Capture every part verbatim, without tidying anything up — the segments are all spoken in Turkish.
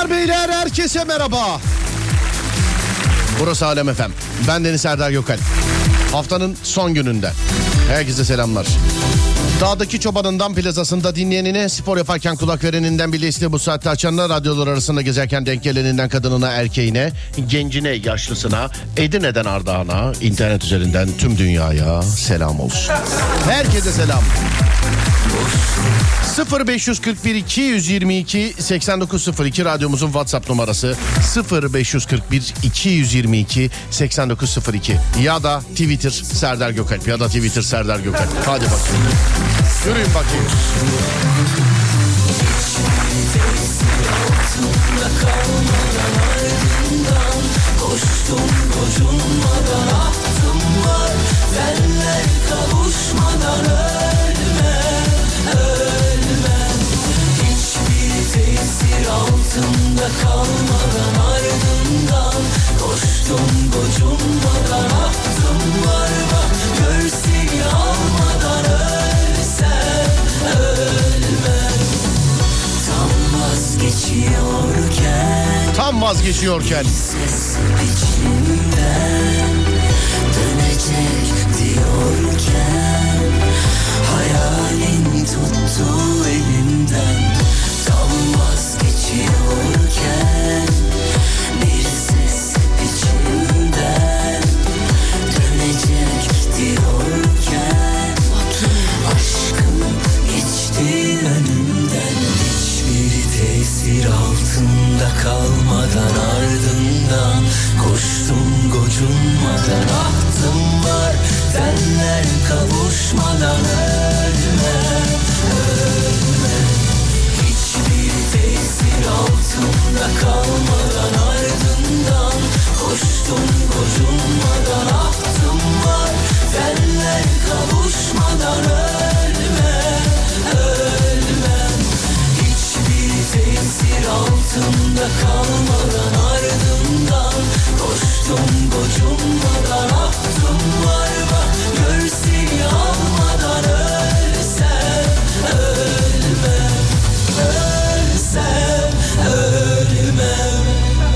Hanımlar beyler herkese merhaba. Burası Alem F M. Ben Deniz Serdar Gökalp. Haftanın son gününde. Herkese selamlar. Dağdaki çobanından plazasında dinleyenine, spor yaparken kulak vereninden bileğini bu saatte açanına, radyolar arasında gezerken denk geleninden kadınına, erkeğine, gencine, yaşlısına, Edirne'den Ardahan'a, internet üzerinden tüm dünyaya selam olsun. Herkese selam. sıfır beş kırk bir iki yüz yirmi iki seksen dokuz sıfır iki radyomuzun WhatsApp numarası sıfır beş kırk bir iki yüz yirmi iki seksen dokuz sıfır iki ya da Twitter Serdar Gökalp ya da Twitter Serdar Gökalp. Hadi bakayım. Yürüyün bakayım. Koştum gocunmadan ahtım var, senler kavuşmadan ölme, ölme. Hiçbir tesir altında kalmadan ardından koştum gocunmadan ahtım var, bak gör seni almadan ölsem ölmem. Tam vazgeçiyorken Tam vazgeçiyorken ses içimden dönecek diyorken hayalin tuttu elimden. Tam vazgeçiyorken bir ses içimden dönecek diyorken aşkım geçti önümden. Hiçbir tesir altında kalmadan ardından koştum gocunmadan ahtım var, tenler kavuşmadan ölme, ölme. Hiçbir tesir altında kalmadan ardından koştum gocunmadan ahtım var, tenler kavuşmadan ölme, ölme. Hiçbir tesir altında kalmadan ardından koştum gocunmadan ahtım var, bak gör seni almadan ölsem ölmem, ölsem ölmem.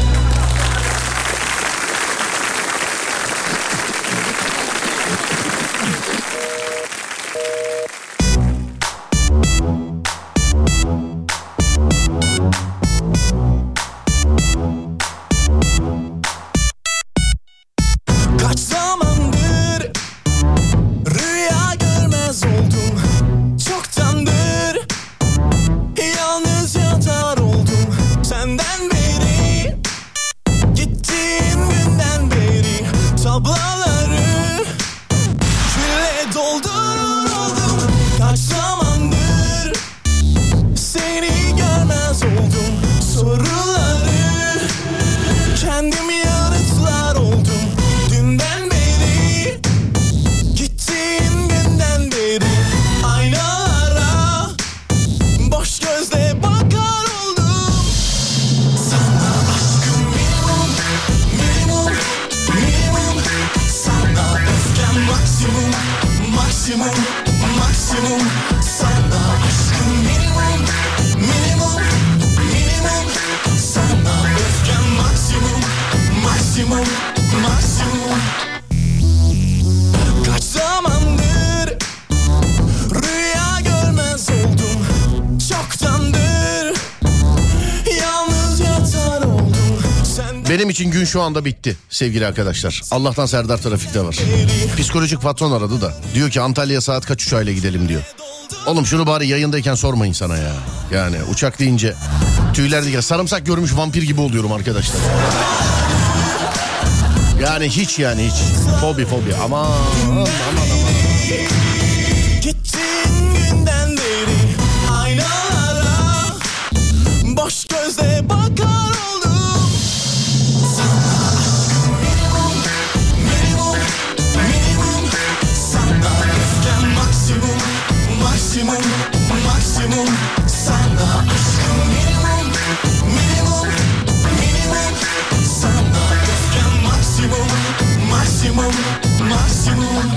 Benim için gün şu anda bitti sevgili arkadaşlar. Allah'tan Serdar trafikte var. Psikolojik patron aradı da. Diyor ki Antalya'ya saat kaç uçağıyla gidelim diyor. Oğlum şunu bari yayındayken sormayın sana ya. Yani uçak deyince tüyler diye sarımsak görmüş vampir gibi oluyorum arkadaşlar. Yani hiç yani hiç. Fobi fobi aman aman aman. Gittiğin günden beri aynalara boş gözle bakar oldum. Maksimum, maksimum sana aşkım minimum, minimum, minimum sana öfkem maksimum, maksimum, maksimum.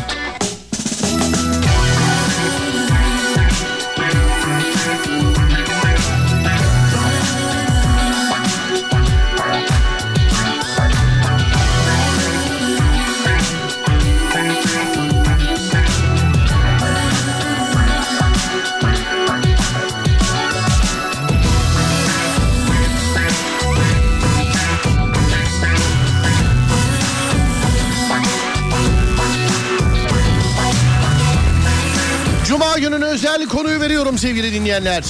Özel konuyu veriyorum sevgili dinleyenler.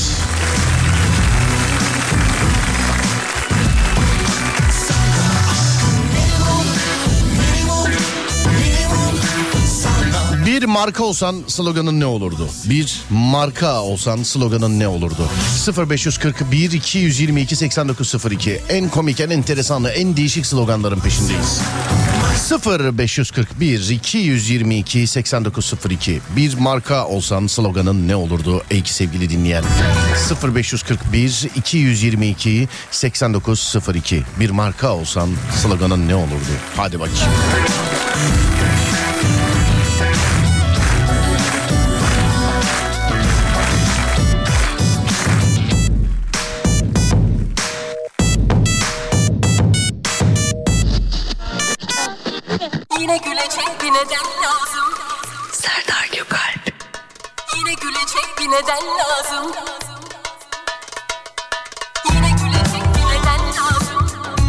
Bir marka olsan sloganın ne olurdu? Bir marka olsan sloganın ne olurdu? sıfır beş kırk bir iki yüz yirmi iki seksen dokuz sıfır iki. En komik, en enteresanlı, en değişik sloganların peşindeyiz. sıfır beş kırk bir iki yüz yirmi iki seksen dokuz sıfır iki. Bir marka olsan sloganın ne olurdu ey sevgili dinleyen? sıfır beş kırk bir iki yüz yirmi iki seksen dokuz sıfır iki. Bir marka olsan sloganın ne olurdu? Hadi bakayım. Yine gülecek bir neden lazım. Serdar Gökalp. Yine gülecek bir neden lazım. Yine gülecek bir neden lazım.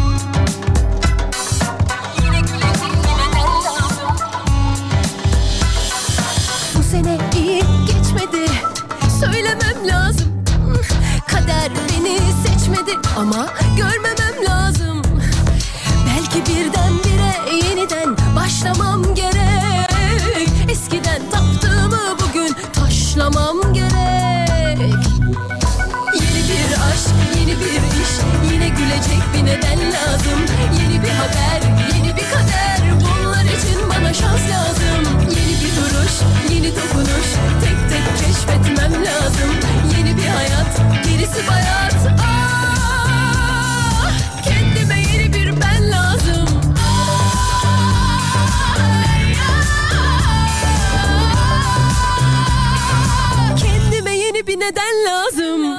Yine gülecek bir neden lazım. Bu sene iyi geçmedi, söylemem lazım. Kader beni seçmedi ama görmemem lazım. Belki birdenbire yeniden başlamam gerek. Eskiden taptığımı bugün taşlamam gerek. Yeni bir aşk, yeni bir iş, yine gülecek bir neden lazım. Yeni bir haber, yeni bir kader, bunlar için bana şans lazım. Yeni bir duruş, yeni dokunuş, tek tek keşfetmem lazım. Yeni bir hayat, gerisi bayat. Ah, kendime yeni bir ben lazım. Kendime yeni bir neden lazım.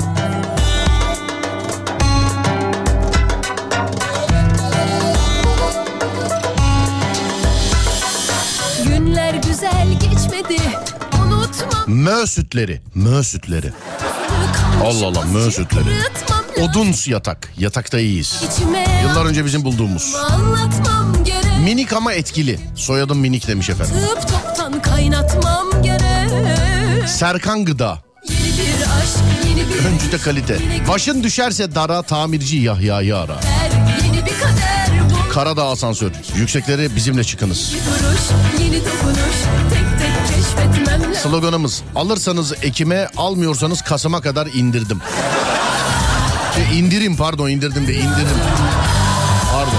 Günler güzel geçmedi, unutmam. Mö sütleri, mö sütleri. Allah Allah, mö sütleri. Odun yatak, yatakta iyiyiz. Yıllar önce bizim bulduğumuz. Anlatmam gerek. Minik ama etkili. Soyadım Minik demiş efendim. Tıp toptan kaynatmam gerek. Serkan Gıda. Yeni bir aşk, yeni bir Öncüde kalite. Başın düşerse dara, tamirci Yahya'yı ara. yeni bir kader, bu Karadağ asansör. Yüksekleri bizimle çıkınız. duruş, yeni dokunuş, tek tek keşfetmem lazım. Sloganımız: alırsanız Ekim'e, almıyorsanız Kasım'a kadar indirdim. Şey, indirim pardon indirdim de indirdim. Pardon.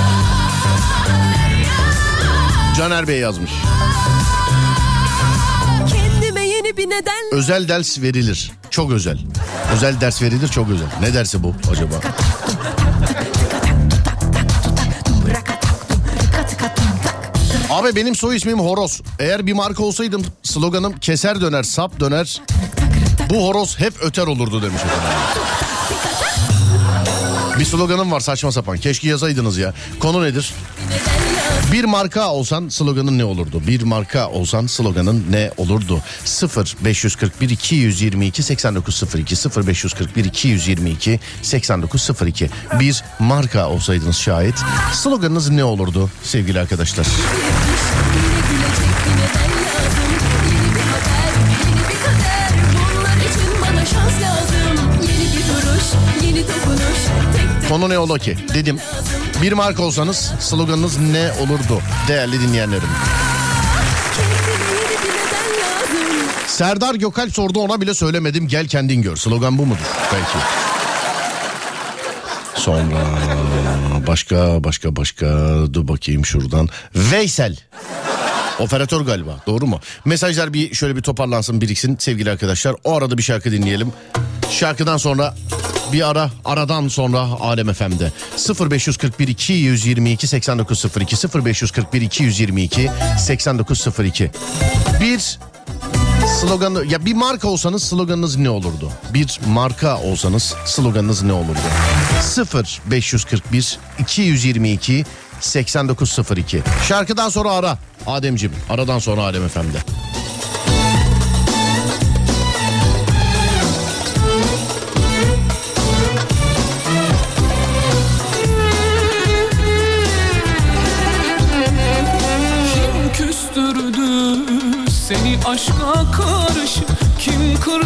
Caner Bey yazmış. Kendime yeni bir neden. Özel ders verilir. Çok özel. Özel ders verilir, çok özel. Ne dersi bu acaba? Abi benim soy ismim Horoz. Eğer bir marka olsaydım sloganım keser döner, sap döner. Bu horoz hep öter olurdu demiş efendim. Bir sloganım var saçma sapan. Keşke yazaydınız ya. Konu nedir? Bir marka olsan sloganın ne olurdu? Bir marka olsan sloganın ne olurdu? sıfır beş kırk bir iki yüz yirmi iki seksen dokuz sıfır iki sıfır beş kırk bir iki yüz yirmi iki seksen dokuz sıfır iki. Bir marka olsaydınız şayet sloganınız ne olurdu sevgili arkadaşlar? Yine gülecek bir neden lazım. Yeni bir haber, yeni bir kader, bunlar için bana şans lazım. Yeni bir duruş, yeni dokunuş, tek tek Konu ne ola ki? Dedim. Bir marka olsanız sloganınız ne olurdu değerli dinleyenlerim? kendime yeni bir neden lazım. Serdar Gökalp sordu, ona bile söylemedim, gel kendin gör. Slogan bu mudur? Belki. Sonra başka başka başka dur bakayım şuradan. Veysel. Operatör galiba, doğru mu? Mesajlar bir şöyle bir toparlansın, biriksin sevgili arkadaşlar. O arada bir şarkı dinleyelim. Şarkıdan sonra bir ara, aradan sonra Alem F M'de sıfır beş kırk bir iki yüz yirmi iki seksen dokuz sıfır iki sıfır beş kırk bir iki yüz yirmi iki seksen dokuz sıfır iki. Bir sloganı, ya bir marka olsanız sloganınız ne olurdu? Bir marka olsanız sloganınız ne olurdu? sıfır beş kırk bir iki yüz yirmi iki seksen dokuz sıfır iki. Şarkıdan sonra ara Ademciğim, aradan sonra Alem F M'de. Kim küstürdü seni aşka karşı? Kim kırdı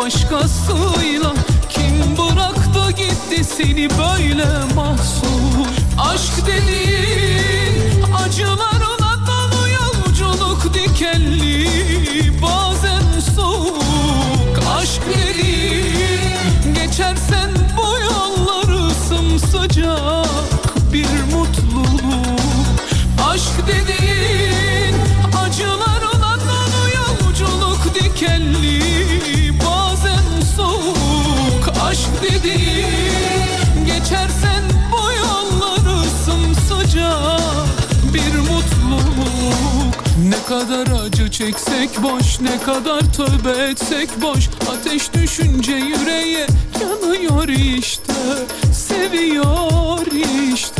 başkasıyla. Kim bıraktı gitti seni böyle mahzun? Aşk dediğin acılarla dolu yolculuk dikenli, bazen soğuk. Aşk dediğin geçersen bu yolları sımsıcak bir mutluluk. Aşk dediğin acılarla dolu yolculuk dikenli, bazen soğuk. Aşk dediğin geçersen bu yolları sımsıcak bir mutluluk. Ne kadar acı çeksek boş, ne kadar tövbe etsek boş. Ateş düşünce yüreğe yanıyor işte, seviyor işte.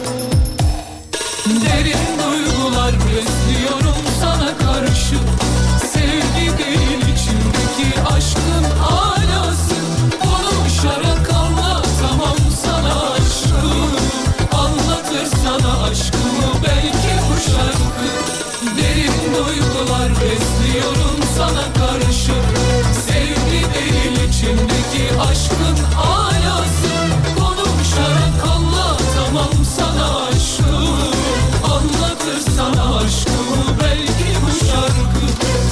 Derin duygular besliyorum sana karşı. Sevgi değil içimdeki aşkın alası. Konuşarak anlatamam sana aşkımı, anlatır sana aşkımı belki bu şarkı. Derin duygular besliyorum sana karşı. Sevgi değil içimdeki aşkın alası. Konuşarak anlatamam sana aşkımı, anlatır sana aşkımı belki bu şarkı.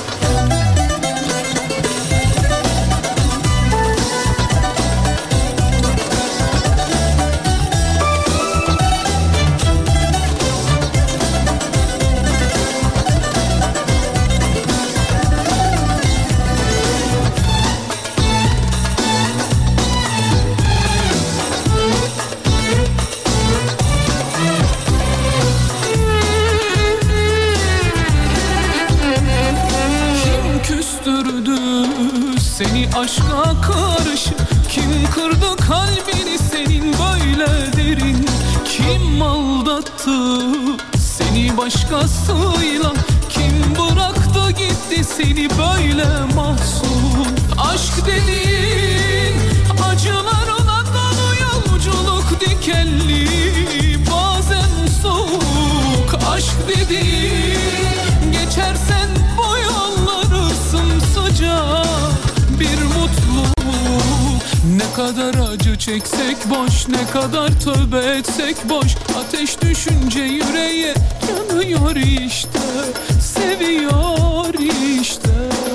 Seni aşka karşı kim kırdı kalbini senin böyle derin? Kim aldattı seni başkasıyla? Kim bıraktı gitti seni böyle mahzun? Aşk dediğin acılarla dolu yolculuk dikenli, bazen soğuk. Aşk dediğin geçersen bu yolları sımsıcak bir mutluluk. Ne kadar acı çeksek boş, ne kadar tövbe etsek boş. Ateş düşünce yüreğe yanıyor işte, seviyor işte.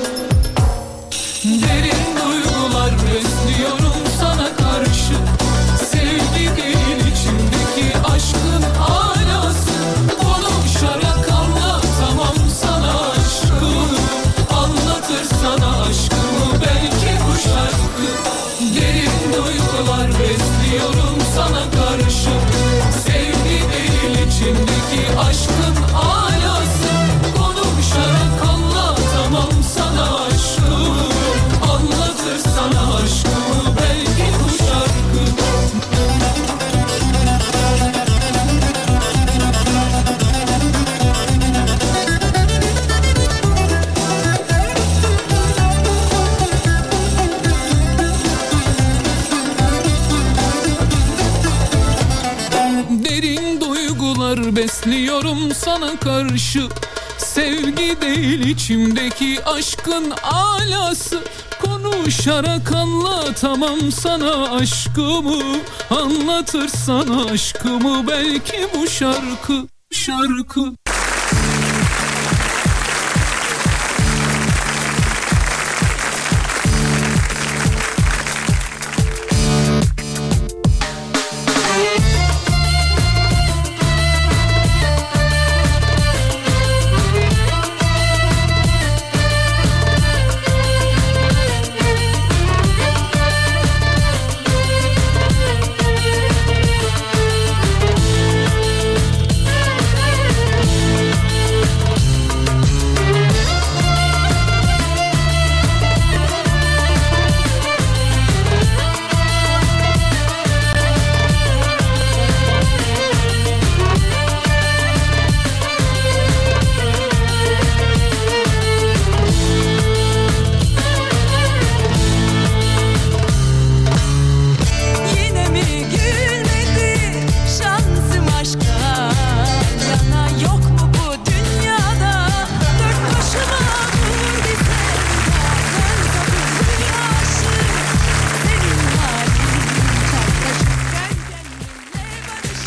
Derin duygular besliyorum sana karşı. Sevgi değil içimdeki aşkın alası. Konuşarak anlatamam sana aşkımı, anlatır sana aşkımı belki bu şarkı. Derin duygular besliyorum sana karşı. Sevgi değil içimdeki aşkın alası. Konuşarak anlatamam sana aşkımı, anlatır sana aşkımı belki bu şarkı. Derin duygular besliyorum sana karşı. Sevgi değil içimdeki aşkın alası. Konuşarak anlatamam sana aşkımı, anlatır sana aşkımı belki bu şarkı, şarkı.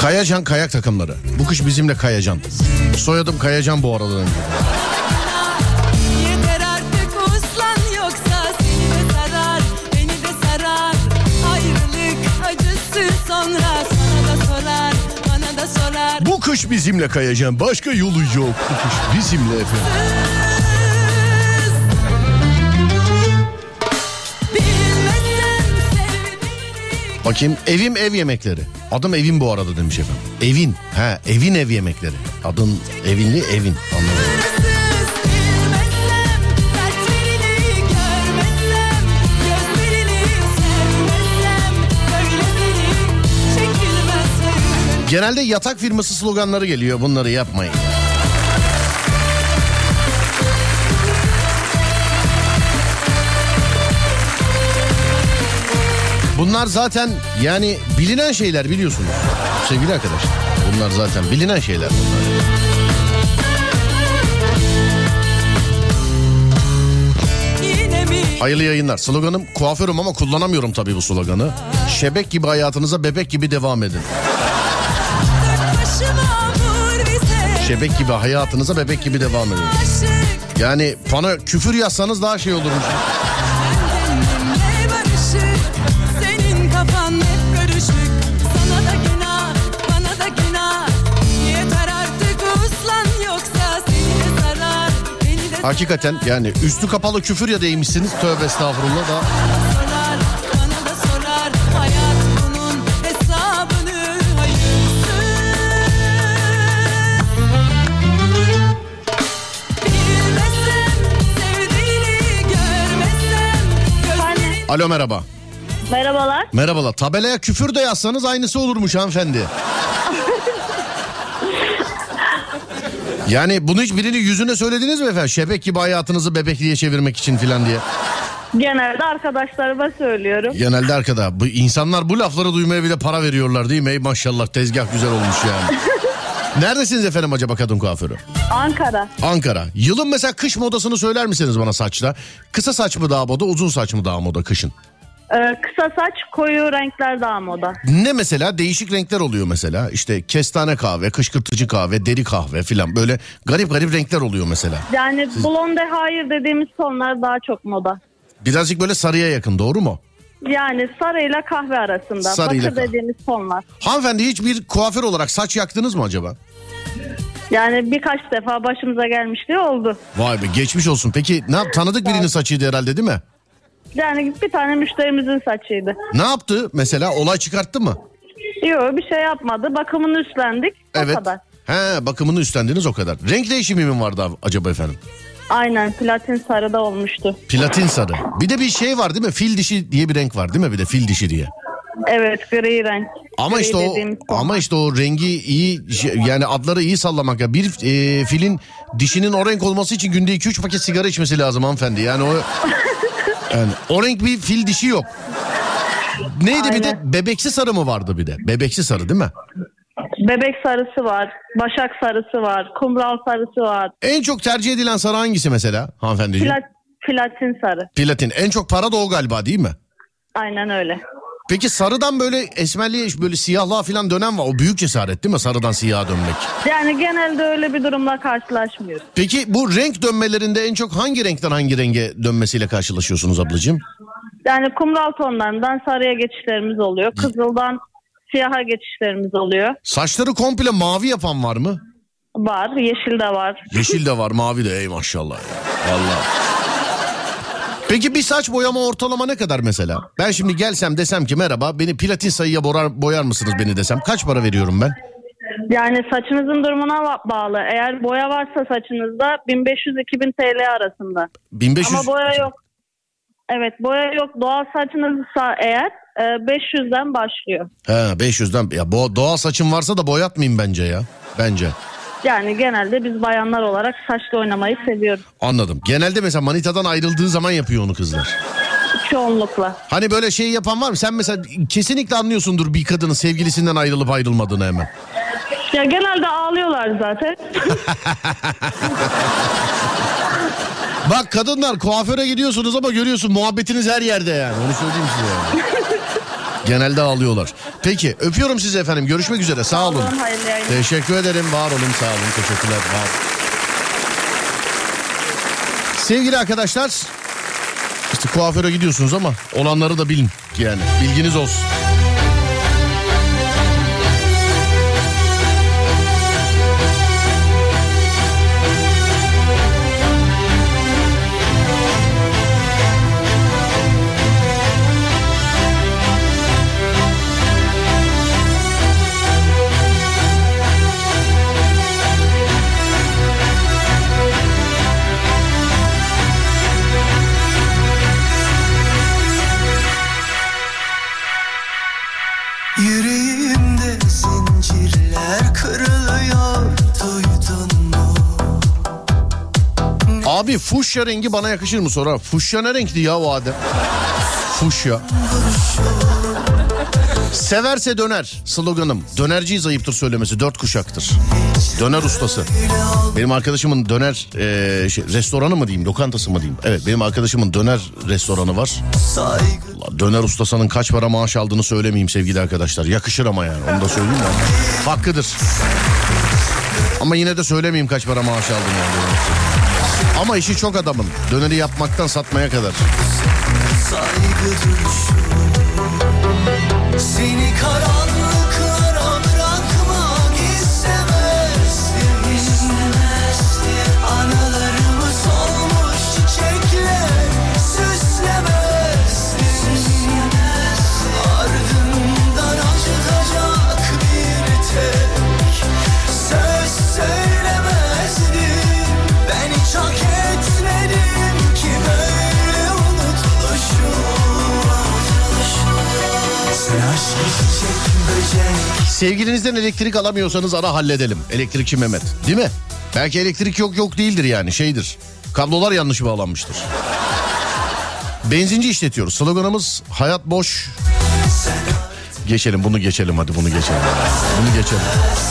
Kayacan kayak takımları. Bu kış bizimle Kayacan. Soyadım Kayacan bu arada. Yeter artık uslan yoksa seni de sarar, beni de sarar. Ayrılık acısı sonra sana da sorar, bana da sorar. Bu kış bizimle Kayacan. Başka yolu yok. Bu kış bizimle efendim. Bakayım, evim ev yemekleri. Adım Evin bu arada demiş efendim. Evin. Ha, Evin ev yemekleri. Adın Evinli Evin. Anladım. Genelde yatak firması sloganları geliyor. Bunları yapmayın. Bunlar zaten yani bilinen şeyler, biliyorsunuz sevgili arkadaşlar. Bunlar zaten bilinen şeyler bunlar. Hayırlı yayınlar. Sloganım kuaförüm ama kullanamıyorum tabii bu sloganı. Şebek gibi hayatınıza, bebek gibi devam edin. Şebek gibi hayatınıza, bebek gibi devam edin. Yani bana küfür yazsanız daha şey olurmuş. Kafan hep karışık, sana da günah, bana da günah. Yeter artık uslan yoksa seni de sarar, beni de sarar. Hakikaten yani üstü kapalı küfür ya değmişsiniz, tövbe estağfurullah da. Sorar, bana da sorar, hayat bunun hesabını hayırsız. Bilmesem, sevdiğini görmesem, gözlerini... Alo, merhaba. Merhabalar. Merhabalar. Tabelaya küfür de yazsanız aynısı olurmuş hanımefendi. Yani bunu hiç birinin yüzüne söylediniz mi efendim? Şebek gibi hayatınızı bebek diye çevirmek için filan diye. Genelde arkadaşlarıma söylüyorum. Genelde arkada. Bu insanlar bu lafları duymaya bile para veriyorlar değil mi? Ey maşallah, tezgah güzel olmuş yani. Neredesiniz efendim acaba kadın kuaförü? Ankara. Ankara. Yılın mesela kış modasını söyler misiniz bana saçta? Kısa saç mı daha moda, uzun saç mı daha moda kışın? Ee, kısa saç, koyu renkler daha moda. Ne mesela? Değişik renkler oluyor mesela. İşte kestane kahve, kışkırtıcı kahve, deri kahve filan. Böyle garip garip renkler oluyor mesela. Yani blonde hayır dediğimiz tonlar daha çok moda. Birazcık böyle sarıya yakın, doğru mu? Yani sarıyla kahve arasında. Sarıyla Bakır kahve. dediğimiz tonlar. Hanımefendi hiç bir kuaför olarak saç yaktınız mı acaba? Yani birkaç defa başımıza gelmişti, oldu. Vay be, geçmiş olsun. Peki ne yap- tanıdık birinin saçıydı herhalde değil mi? Yani bir tane müşterimizin saçıydı. Ne yaptı mesela, olay çıkarttı mı? Yok, bir şey yapmadı. Bakımını üstlendik. O Evet. kadar. He, bakımını üstlendiniz o kadar. Renk değişimi mi vardı acaba efendim? Aynen, platin sarıda olmuştu. Platin sarı. Bir de bir şey var değil mi? Fil dişi diye bir renk var değil mi? Bir de fil dişi diye. Evet, gri renk. Ama Gri işte o dediğimiz ton. ama işte o rengi iyi şey- yani adları iyi sallamak ya. Bir e, filin dişinin o renk olması için günde iki üç paket sigara içmesi lazım hanımefendi. Yani o yani o renk bir fil dişi yok. Neydi bir de Aynen. bebeksi sarı mı vardı bir de? Bebeksi sarı değil mi? Bebek sarısı var, başak sarısı var, kumral sarısı var. En çok tercih edilen sarı hangisi mesela hanımefendiciğim? Plat, platin sarı. Platin. En çok para da o galiba değil mi? Aynen öyle. Peki sarıdan böyle esmerliğe, böyle siyahlığa falan dönen var. O büyük cesaret değil mi, sarıdan siyaha dönmek? Yani genelde öyle bir durumla karşılaşmıyoruz. Peki bu renk dönmelerinde en çok hangi renkten hangi renge dönmesiyle karşılaşıyorsunuz ablacığım? Yani kumral tonlarından sarıya geçişlerimiz oluyor. Kızıldan siyaha geçişlerimiz oluyor. Saçları komple mavi yapan var mı? Var, yeşil de var. Yeşil de var, mavi de, ey maşallah ya. Vallahi. Peki bir saç boyama ortalama ne kadar mesela? Ben şimdi gelsem desem ki merhaba, beni platin sayıya boyar, boyar mısınız beni desem, kaç para veriyorum ben? Yani saçınızın durumuna ba- bağlı. Eğer boya varsa saçınızda bin beş yüz iki bin T L arasında. bin beş yüz. Ama boya yok. Evet, boya yok. Doğal saçınızsa eğer e, beş yüzden başlıyor. He, beş yüzden. Ya bo- doğal saçım varsa da boyatmayayım bence ya. Bence. Yani genelde biz bayanlar olarak saçla oynamayı seviyoruz. Anladım. Genelde mesela manitadan ayrıldığı zaman yapıyor onu kızlar. Çoğunlukla. Hani böyle şey yapan var mı? Sen mesela kesinlikle anlıyorsundur bir kadının sevgilisinden ayrılıp ayrılmadığını hemen. Ya genelde ağlıyorlar zaten. Bak kadınlar, kuaföre gidiyorsunuz ama görüyorsun muhabbetiniz her yerde yani. Onu söyleyeyim size yani. Genelde ağlıyorlar. Peki öpüyorum sizi efendim. Görüşmek üzere. Sağ olun. olun, hayırlı yayınlar. Teşekkür ederim. Var olun. Sağ olun. Teşekkürler. Var. Sevgili arkadaşlar, işte kuaföre gidiyorsunuz ama olanları da bilin. Yani bilginiz olsun. Yüreğimde zincirler kırılıyor, duydun mu? Abi fuşya rengi bana yakışır mı sorar. Fuşya ne renkti ya o Adem? Fuşya. Severse döner sloganım. Dönerciyiz ayıptır söylemesi. Dört kuşaktır. Döner ustası. Benim arkadaşımın döner e, şey, restoranı mı diyeyim, lokantası mı diyeyim? Evet, benim arkadaşımın döner restoranı var. Allah, döner ustasının kaç para maaş aldığını söylemeyeyim sevgili arkadaşlar. Yakışır ama yani, onu da söyleyeyim ya. Hakkıdır. Ama yine de söylemeyeyim kaç para maaş aldığını yani. Ama işi çok adamın. Döneri yapmaktan satmaya kadar. Saygı duruşu, seni karanlıklara bırakmak istemezdim. İstemezdim. Anılarımız olmuş çiçekler, süslemezdim. Süslemezdim. Ardından acıtacak bir tek söz söylemezdim. Ben hiç hak etmedim ki böyle unutuluşu. Sevgilinizden elektrik alamıyorsanız ara halledelim. Elektrikçi Mehmet. Değil mi? Belki elektrik yok yok değildir yani, şeydir. Kablolar yanlış bağlanmıştır. Benzinci işletiyoruz. Sloganımız hayat boş. Geçelim bunu geçelim hadi bunu geçelim. Bunu geçelim.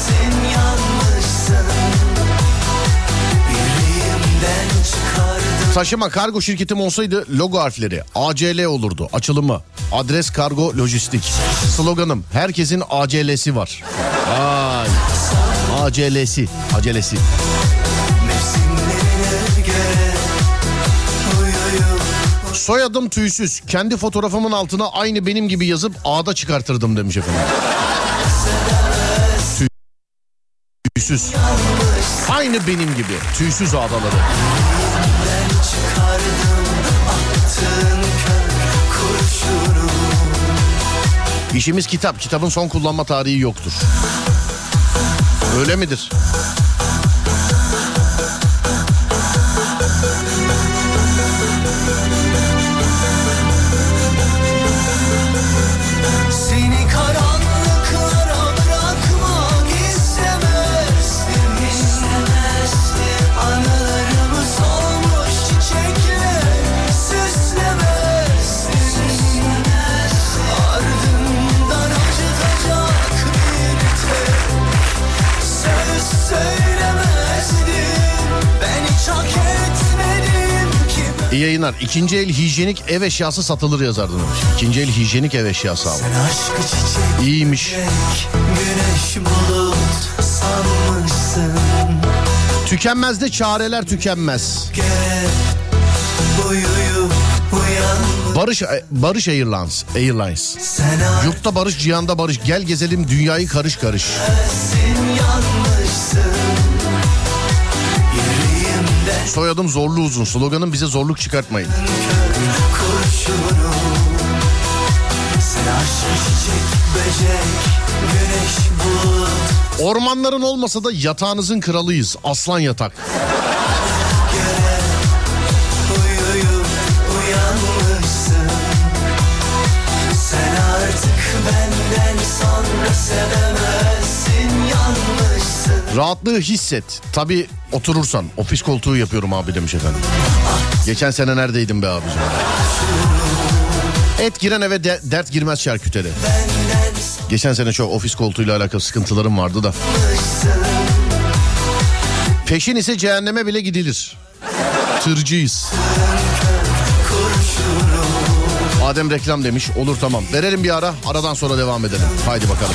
Taşıma kargo şirketim olsaydı logo harfleri A C L olurdu. Açılımı Adres Kargo Lojistik. Sloganım herkesin A C L'si var. Vay. A C L'si. Acelesi. Soyadım tüysüz. Kendi fotoğrafımın altına aynı benim gibi yazıp ağda çıkartırdım demiş efendim. Tüysüz. Aynı benim gibi. Tüysüz ağdaları. İşimiz kitap. Kitabın son kullanma tarihi yoktur. Öyle midir? Seni karanlıklara bırakmak istemezdim. İstemezdim. Anılarımız olmuş çiçekler, süslemezdim. Süslemezdim. Ardından acıtacak bir tek söz söylemezdim. Ben hiç hak etmedim ki. İyi yayınlar. İkinci el hijyenik ev eşyası satılır yazardı demiş. İkinci el hijyenik ev eşyası abi. Aşkı çiçek, İyiymiş. güneş bulut sanmışsın. Tükenmez de çareler tükenmez. Gel uyuyup uyan. Barış Barış Airlines. Airlines. Sen Yurtta barış, cihanda barış. Gel gezelim dünyayı karış karış. arsin yanmışsın. Yüreğimden Soyadım Zorlu Uzun. Sloganım bize zorluk çıkartmayın. kurşunum. Sen aşkı çiçek, böcek, güneş bulut. Ormanların olmasa da yatağınızın kralıyız. Aslan yatak. Uyuyup uyanmışsın. Sen artık benden sonra sevemezsin, yanmışsın. Rahatlığı hisset. Tabii oturursan. Ofis koltuğu yapıyorum abi demiş efendim. Geçen sene neredeydin be abicim? Et giren eve de, dert girmez şarküteri. Geçen sene çok ofis koltuğuyla alakalı sıkıntılarım vardı da. Peşin ise cehenneme bile gidilir. Tırcıyız. Adem reklam demiş. Olur tamam. Verelim bir ara. Aradan sonra devam edelim. Haydi bakalım.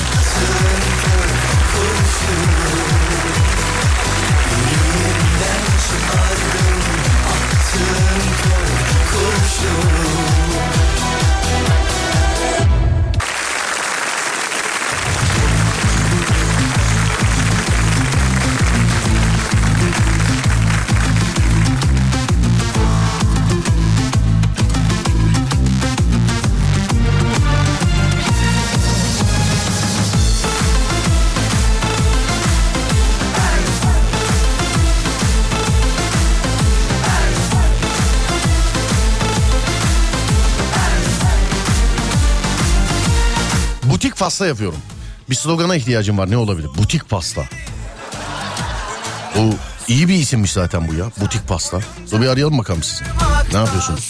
Butik pasta yapıyorum. Bir slogana ihtiyacım var. Ne olabilir? Butik pasta. O iyi bir isimmiş zaten bu ya. Butik pasta. Dur bir arayalım bakalım sizi. Ne yapıyorsunuz?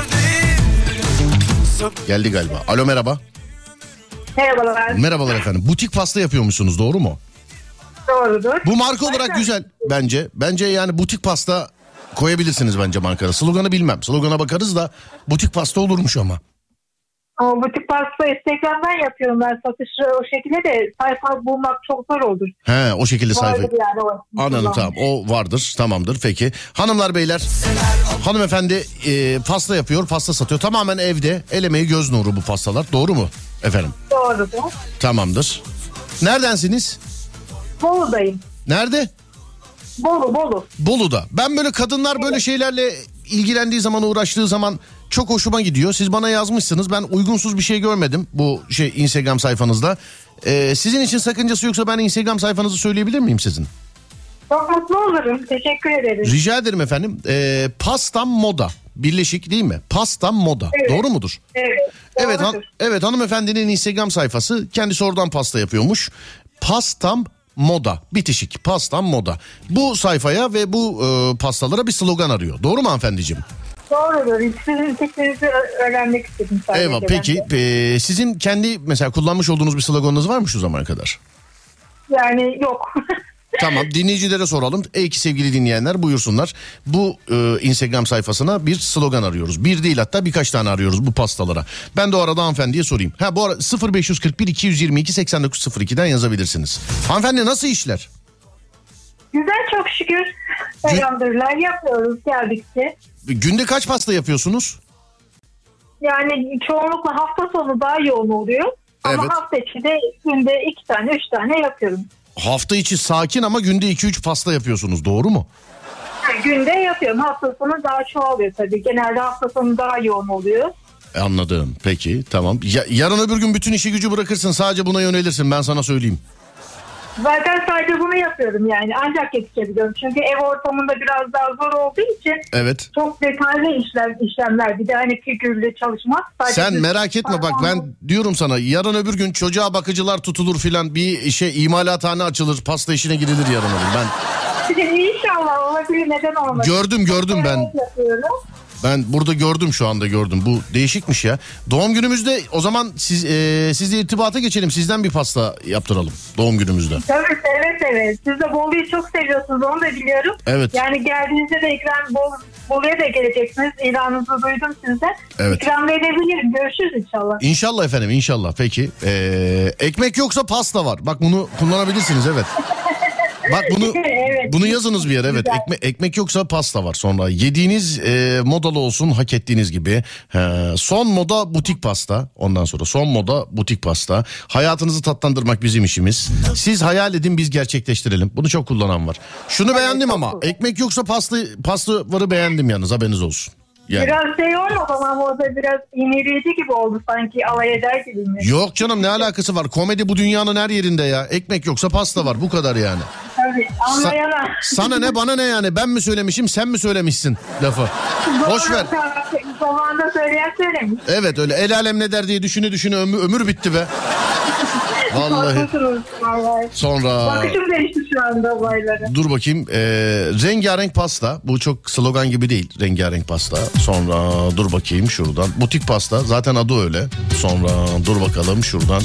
Geldi galiba. Alo merhaba. Merhabalar. Merhabalar efendim. Butik pasta yapıyormuşsunuz, doğru mu? Doğrudur. Bu marka olarak güzel bence. Bence yani butik pasta koyabilirsiniz bence markada. Sloganı bilmem. Slogana bakarız da butik pasta olurmuş ama. Ama butik pasta Instagram'dan yapıyorum ben satışı, o şekilde de sayfa bulmak çok zor olur. He, o şekilde sayfa. Yani o. Anladım, tamam, o vardır, tamamdır, peki. Hanımlar beyler, hanımefendi e, pasta yapıyor, pasta satıyor. Tamamen evde, el emeği göz nuru bu pastalar, doğru mu efendim? Doğrudur. Tamamdır. Neredensiniz? Bolu'dayım. Nerede? Bolu, Bolu. Bolu'da. Ben böyle kadınlar böyle şeylerle ilgilendiği zaman, uğraştığı zaman çok hoşuma gidiyor. Siz bana yazmışsınız. Ben uygunsuz bir şey görmedim bu şey Instagram sayfanızda. Ee, sizin için sakıncası yoksa ben Instagram sayfanızı söyleyebilir miyim sizin? Çok mutlu olurum. Teşekkür ederim. Rica ederim efendim. Ee, Pastam Moda. Birleşik değil mi? Pastam Moda. Evet. Doğru mudur? Evet. Evet, han- doğrudur. evet hanımefendinin Instagram sayfası. Kendisi oradan pasta yapıyormuş. Pastam Moda. Bitişik. Pastam Moda. Bu sayfaya ve bu e, pastalara bir slogan arıyor. Doğru mu hanımefendiciğim? Doğrudur. Sizin fikrinizi öğrenmek istedim sadece. Eyvallah. Peki e, sizin kendi mesela kullanmış olduğunuz bir sloganınız var mı şu zamana kadar? Yani yok. Tamam, dinleyicilere soralım. Ey ki sevgili dinleyenler, buyursunlar. Bu e, Instagram sayfasına bir slogan arıyoruz. Bir değil, hatta birkaç tane arıyoruz bu pastalara. Ben de o arada hanımefendiye sorayım. Ha bu arada sıfır beş kırk bir iki yüz yirmi iki seksen dokuz sıfır iki'den yazabilirsiniz. Hanımefendi nasıl işler? Güzel, çok şükür. Elhamdülillah yapıyoruz geldikçe. Günde kaç pasta yapıyorsunuz? Yani çoğunlukla hafta sonu daha yoğun oluyor. Ama Evet. hafta içi de günde iki tane, üç tane yapıyorum. Hafta içi sakin ama günde iki üç pasta yapıyorsunuz, doğru mu? Yani günde yapıyorum. Hafta sonu daha çoğalıyor tabii. Genelde hafta sonu daha yoğun oluyor. E, anladım. Peki, tamam. Ya, yarın öbür gün bütün işi gücü bırakırsın, sadece buna yönelirsin, ben sana söyleyeyim. Zaten sadece bunu yapıyorum yani. Ancak yetişebiliyorum. Çünkü ev ortamında biraz daha zor olduğu için Evet. çok detaylı işlem, işlemler. Bir de hani figürlü çalışmak. Sadece Sen düz- merak etme bak, ben diyorum sana, yarın öbür gün çocuğa bakıcılar tutulur filan, bir şey imalathane açılır, pasta işine girilir yarın öbür gün. Ben İnşallah olabilir, neden olmaz. gördüm gördüm ben. Evet, yapıyorum. Ben burada gördüm, şu anda gördüm. Bu değişikmiş ya. Doğum günümüzde o zaman siz e, sizle irtibata geçelim. Sizden bir pasta yaptıralım doğum günümüzde. Evet evet evet. Siz de Bolu'yu çok seviyorsunuz, onu da biliyorum. Evet. Yani geldiğinizde de ikram Bol, Bolu'ya da geleceksiniz. İlanınızı duydum sizden. Evet. İkram verebilirim. Görüşürüz inşallah. İnşallah efendim, inşallah. Peki. Ee, ekmek yoksa pasta var. Bak bunu kullanabilirsiniz, evet. Bak bunu Evet. bunu yazınız bir yere, evet. Güzel. Ekme, ekmek yoksa pasta var. Sonra yediğiniz e, modalı olsun, hak ettiğiniz gibi. He, son moda butik pasta. Ondan sonra son moda butik pasta. Hayatınızı tatlandırmak bizim işimiz. Siz hayal edin, biz gerçekleştirelim. Bunu çok kullanan var. Şunu beğendim ama ekmek yoksa pasta pasta varı beğendim yalnız, haberiniz olsun. Yani. Biraz şey olmadı ama orada biraz iğneleyici gibi oldu sanki, alay eder gibi mi? Yok canım, ne alakası var? Komedi bu dünyanın her yerinde ya. Ekmek yoksa pasta var, bu kadar yani. Tabii anlayana. Sa- sana ne bana ne yani, ben mi söylemişim sen mi söylemişsin lafı. Boş ver. Zamanında söyleyen söylemiş. Evet, öyle el alem ne der diye düşünü düşünü ömür, ömür bitti be. Vallahi. Haklısınız vallahi. Sonra Bakışım değişti şu anda olaylara. dur bakayım, ee, rengarenk pasta, bu çok slogan gibi değil, rengarenk pasta. Sonra dur bakayım şuradan, butik pasta, zaten adı öyle. Sonra dur bakalım şuradan.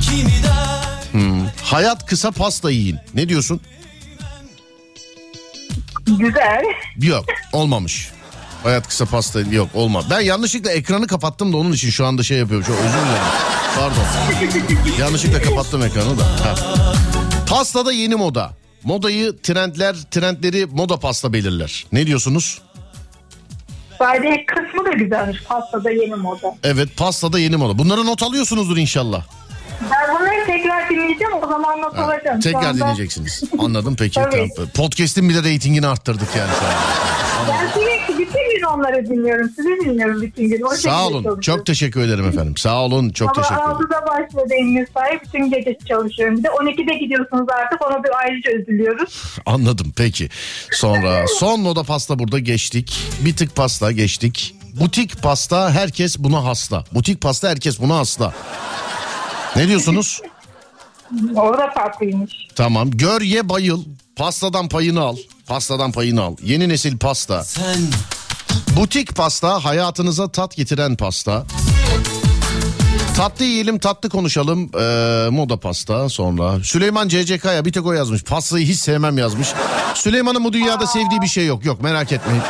Hmm. Hayat kısa, pasta yiyin. Ne diyorsun? Güzel. Yok, olmamış. Hayat kısa pasta yok olmaz. Ben yanlışlıkla ekranı kapattım da onun için şu anda şey yapıyorum. Çok özür dilerim. Pardon. Yanlışlıkla kapattım ekranı da. Ha. Pastada yeni moda. Modayı trendler, trendleri moda pasta belirler. Ne diyorsunuz? Sadece kısmı da güzelmiş. Pastada yeni moda. Evet, pastada yeni moda. Bunları not alıyorsunuzdur inşallah. Ben bunları tekrar dinleyeceğim, o zaman not alacağım. Tekrar anda... dinleyeceksiniz. Anladım peki. Tabii. Tamam. Podcast'in bile reytingini arttırdık yani şu an. Ben sürekli bütün gün onları dinliyorum. Sizi dinliyorum bütün gün. O Sağ olun. Çok teşekkür ederim efendim. Sağ olun. Çok Ama teşekkür ederim. altıda başladı en mesai. Bütün gece çalışıyorum. Bir de on ikide gidiyorsunuz artık. Ona bir ayrıca üzülüyoruz. Anladım peki. Sonra son moda pasta burada geçtik. Bir tık pasta geçtik. Butik pasta herkes buna hasta. Butik pasta herkes buna hasta. Ne diyorsunuz? O da farklıymış. Tamam. Gör ye bayıl. Pastadan payını al. Pastadan payını al. Yeni nesil pasta. Sen Butik pasta hayatınıza tat getiren pasta. Tatlı yiyelim, tatlı konuşalım. Ee, moda pasta sonra. Süleyman C C K'ya bir tek o yazmış. Pastayı hiç sevmem yazmış. Süleyman'ın bu dünyada sevdiği bir şey yok. Yok, merak etmeyin.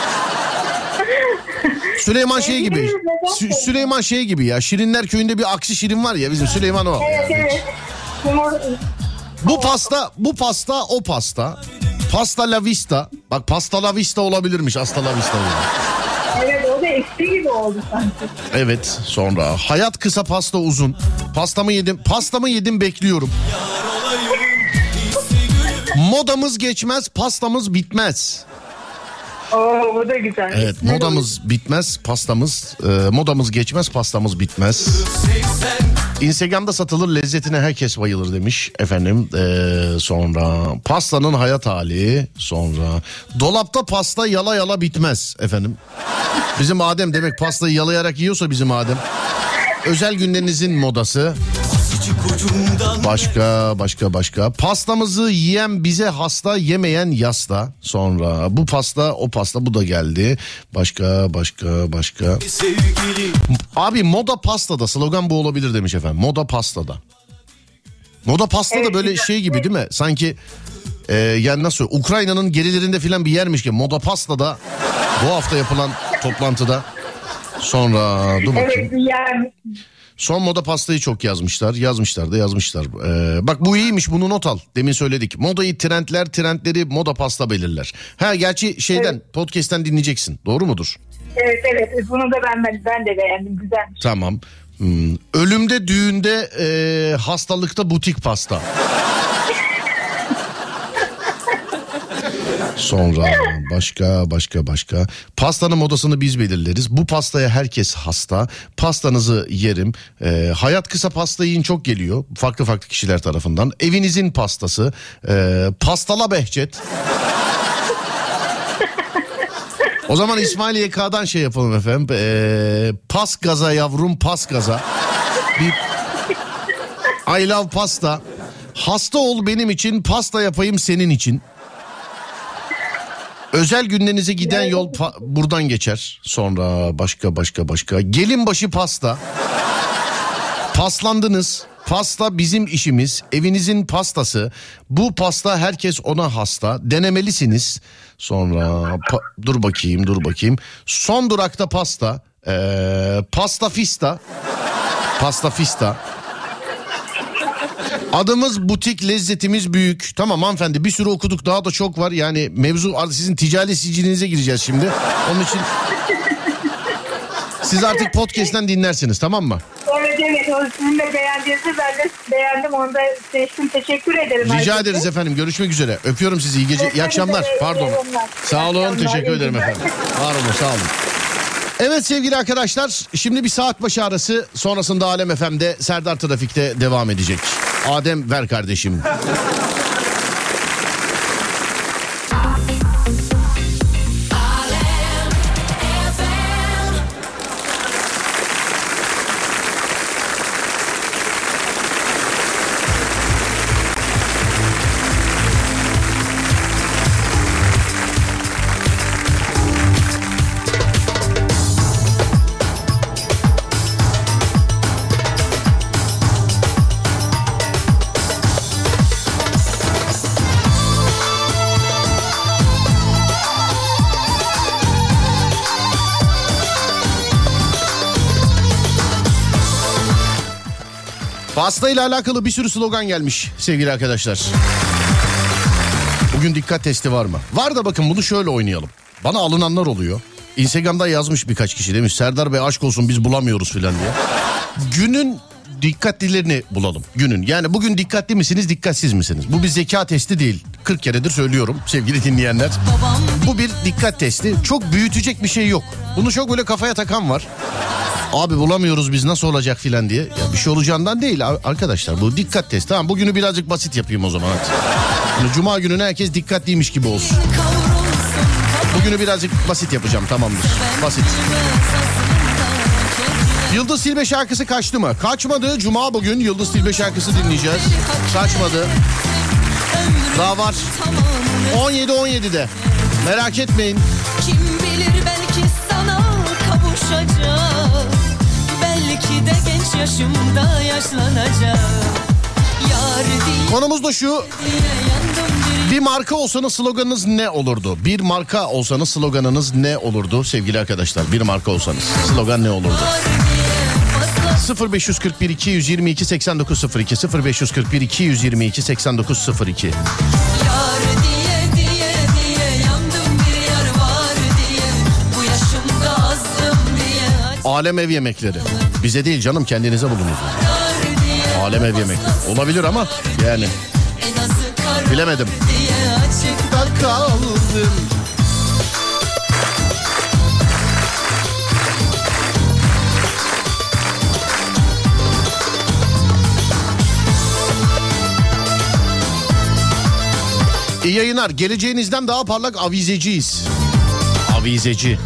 Süleyman şey gibi. Sü- Süleyman şey gibi ya. Şirinler Köyü'nde bir aksi şirin var ya, bizim Süleyman o. Evet evet. Bu pasta, bu pasta, o pasta. Pasta la vista. Bak, pasta la vista olabilirmiş. Hasta la vista. Evet, o da eski gibi oldu sanki. Evet, sonra hayat kısa pasta uzun. Pastamı yedim, pastamı yedim bekliyorum. Modamız geçmez, pastamız bitmez. Oo, o da güzel. Evet, modamız bitmez, pastamız, e, modamız geçmez, pastamız bitmez. Instagram'da satılır, lezzetine herkes bayılır demiş efendim. Ee, sonra pastanın hayat hali, sonra dolapta pasta yala yala bitmez efendim. Bizim Adem demek pastayı yalayarak yiyorsa bizim Adem. Özel günlerinizin modası. Başka başka başka. Pastamızı yiyen bize hasta, yemeyen yasta. Sonra bu pasta, o pasta, bu da geldi. Başka başka başka. Abi moda pastada slogan bu olabilir demiş efendim. Moda pastada. Moda pastada Evet, böyle güzel. şey gibi değil mi? Sanki e, yani nasıl, Ukrayna'nın gerilerinde filan bir yermiş ki moda pastada bu hafta yapılan toplantıda. Sonra dur bakayım. Evet, yani. Son moda pastayı çok yazmışlar. Yazmışlar da yazmışlar. Ee, bak bu iyiymiş, bunu not al. Demin söyledik. Modayı trendler, trendleri moda pasta belirler. Ha gerçi şeyden, Evet. podcast'ten dinleyeceksin. Doğru mudur? Evet evet, bunu da ben ben, ben de beğendim, güzelmiş. Tamam. Hmm. Ölümde, düğünde, e, hastalıkta butik pasta. Sonra başka başka başka. Pastanın modasını biz belirleriz. Bu pastaya herkes hasta. Pastanızı yerim. Ee, hayat kısa pasta yiyin çok geliyor. Farklı farklı kişiler tarafından. Evinizin pastası. Ee, pastala Behçet. O zaman İsmail Y K'dan şey yapalım efendim. Ee, pas gaza yavrum, pas gaza. Bir I love pasta. Hasta ol benim için, pasta yapayım senin için. Özel günlerinize giden yol pa- buradan geçer. Sonra başka başka başka. Gelin başı pasta. Paslandınız. Pasta bizim işimiz. Evinizin pastası. Bu pasta herkes ona hasta. Denemelisiniz. Sonra pa- dur bakayım dur bakayım. Son durakta pasta. Ee, pasta fista. Pasta fista. Adımız butik, lezzetimiz büyük. Tamam hanımefendi, bir sürü okuduk, daha da çok var. Yani mevzu, sizin ticari sicilinize gireceğiz şimdi. Onun için siz artık podcast'ten dinlersiniz, tamam mı? Evet evet, o sizin de beğendiğinizi ben de beğendim, onu da seçtim, teşekkür ederim. Rica herkese. ederiz efendim, görüşmek üzere. Öpüyorum sizi, iyi gece, iyi akşamlar. Pardon. Sağ olun, teşekkür ederim efendim. Var olun, sağ olun. Evet sevgili arkadaşlar, şimdi bir saat başı arası, sonrasında Alem F M'de Serdar Trafik'te devam edecek. Adem ver kardeşim. Pastayla alakalı bir sürü slogan gelmiş sevgili arkadaşlar. Bugün dikkat testi var mı? Var da bakın bunu şöyle oynayalım. Bana alınanlar oluyor. Instagram'da yazmış birkaç kişi, demiş Serdar Bey aşk olsun biz bulamıyoruz filan diye. Günün dikkatlilerini bulalım. Günün. Yani bugün dikkatli misiniz, dikkatsiz misiniz? Bu bir zeka testi değil. kırk keredir söylüyorum sevgili dinleyenler. Bu bir dikkat testi. Çok büyütecek bir şey yok. Bunu çok böyle kafaya takan var. Abi bulamıyoruz biz nasıl olacak filan diye. Ya bir şey olacağından değil arkadaşlar. Bu dikkat testi. Tamam, bugünü birazcık basit yapayım o zaman. Yani Cuma gününe herkes dikkatliymiş gibi olsun. Bugünü birazcık basit yapacağım, tamamdır. Basit. Yıldız Tilbe şarkısı kaçtı mı? Kaçmadı. Cuma bugün Yıldız Tilbe şarkısı dinleyeceğiz. Kaçmadı. Daha var. on yedi on yedide. Merak etmeyin. Kim bilir belki sana kavuşacağım. Belki de genç yaşımda yaşlanacağım. Yar diye Konumuz da şu. yandım bir Bir marka olsanız sloganınız ne olurdu? Bir marka olsanız sloganınız ne olurdu sevgili arkadaşlar? Bir marka olsanız slogan ne olurdu? sıfır beş kırk bir iki yüz yirmi iki seksen dokuz sıfır iki sıfır beş kırk bir iki yüz yirmi iki seksen dokuz sıfır iki. yar diye diye diye yandım bir yar var diye. Bu yaşımda azdım diye. Alem ev yemekleri. Bize değil canım, kendinize bulunuz. Yar diye Alem ev yemekleri. Olabilir ama yani en azı kar bilemedim. diye açıkta Kaldım. İyi yayınlar. Geleceğinizden daha parlak avizeciyiz. Avizeci.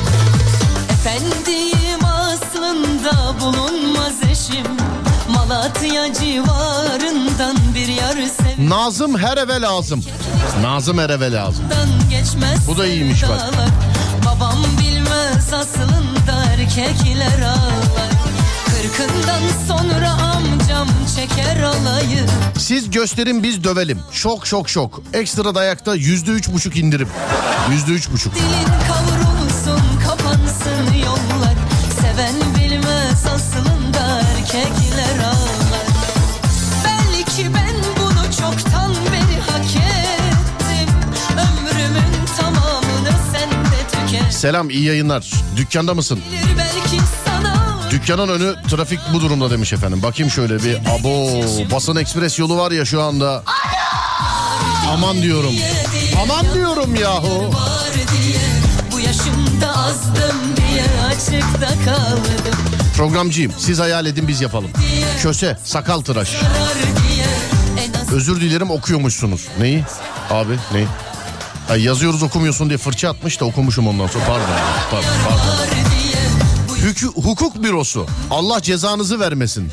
Efendiyim aslında bulunmaz eşim. Malatya civarından bir yar sevdan Nazım her eve lazım. Nazım her eve lazım. geçmez. Bu da iyiymiş bak. sevdalar. Babam bilmez aslında erkekler ağlar. Kırkından sonra amcam çeker alayı. Siz gösterin biz dövelim. Şok şok şok. Ekstra dayakta yüzde üç buçuk indirim. Yüzde üç buçuk. Dilin kavrulsun kapansın yollar. Seven bilmez aslında erkekler ağlar. Belki ben bunu çoktan beri hak ettim. Ömrümün tamamını sende tüket. Selam, iyi yayınlar. Dükkanda mısın? Bilir belki sana. Dükkanın önü trafik bu durumda demiş efendim. Bakayım şöyle bir. Abo, Basın Ekspres yolu var ya şu anda. Aman diyorum. Aman diyorum yahu. Var diye bu yaşımda azdım diye açıkta kaldım. Programcıyım. Siz hayal edin biz yapalım. Köse, sakal tıraş. Karar diye en az Özür dilerim okuyormuşsunuz. Neyi? Abi neyi? Ay, yazıyoruz okumuyorsun diye fırça atmış da okumuşum ondan sonra. Pardon. Pardon. pardon. var diye Hükü- hukuk bürosu. Allah cezanızı vermesin.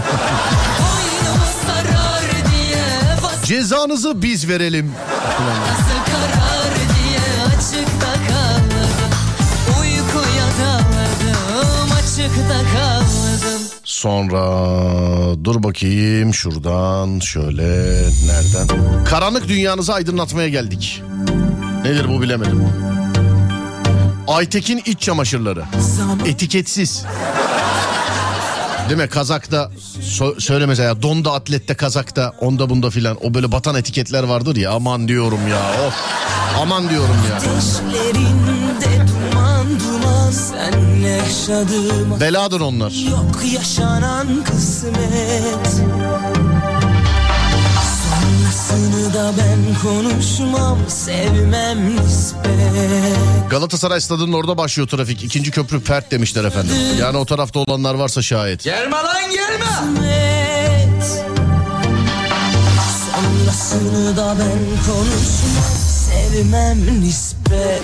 boynum sarar diye vaz Cezanızı biz verelim. nasıl karar diye açıkta kaldım. Uykuya daldım açıkta kaldım. Sonra dur bakayım şuradan şöyle nereden? Karanlık dünyanızı aydınlatmaya geldik. Nedir bu bilemedim. Aytekin iç çamaşırları. Etiketsiz. Değil mi? Kazakta so- söyle mesela donda, atlette, kazakta, onda bunda filan o böyle batan etiketler vardır ya, aman diyorum ya. Of. Aman diyorum ya. Ateşlerinde duman duman senle yaşadığım Beladır onlar. yok yaşanan kısmet. Sonrasını da ben konuşmam, sevmem nispet. Galatasaray stadının orada başlıyor trafik. İkinci köprü fert demişler efendim. Yani o tarafta olanlar varsa şayet. Gelme lan gelme. Kısmet. Sonrasını da ben konuşmam, sevmem nispet.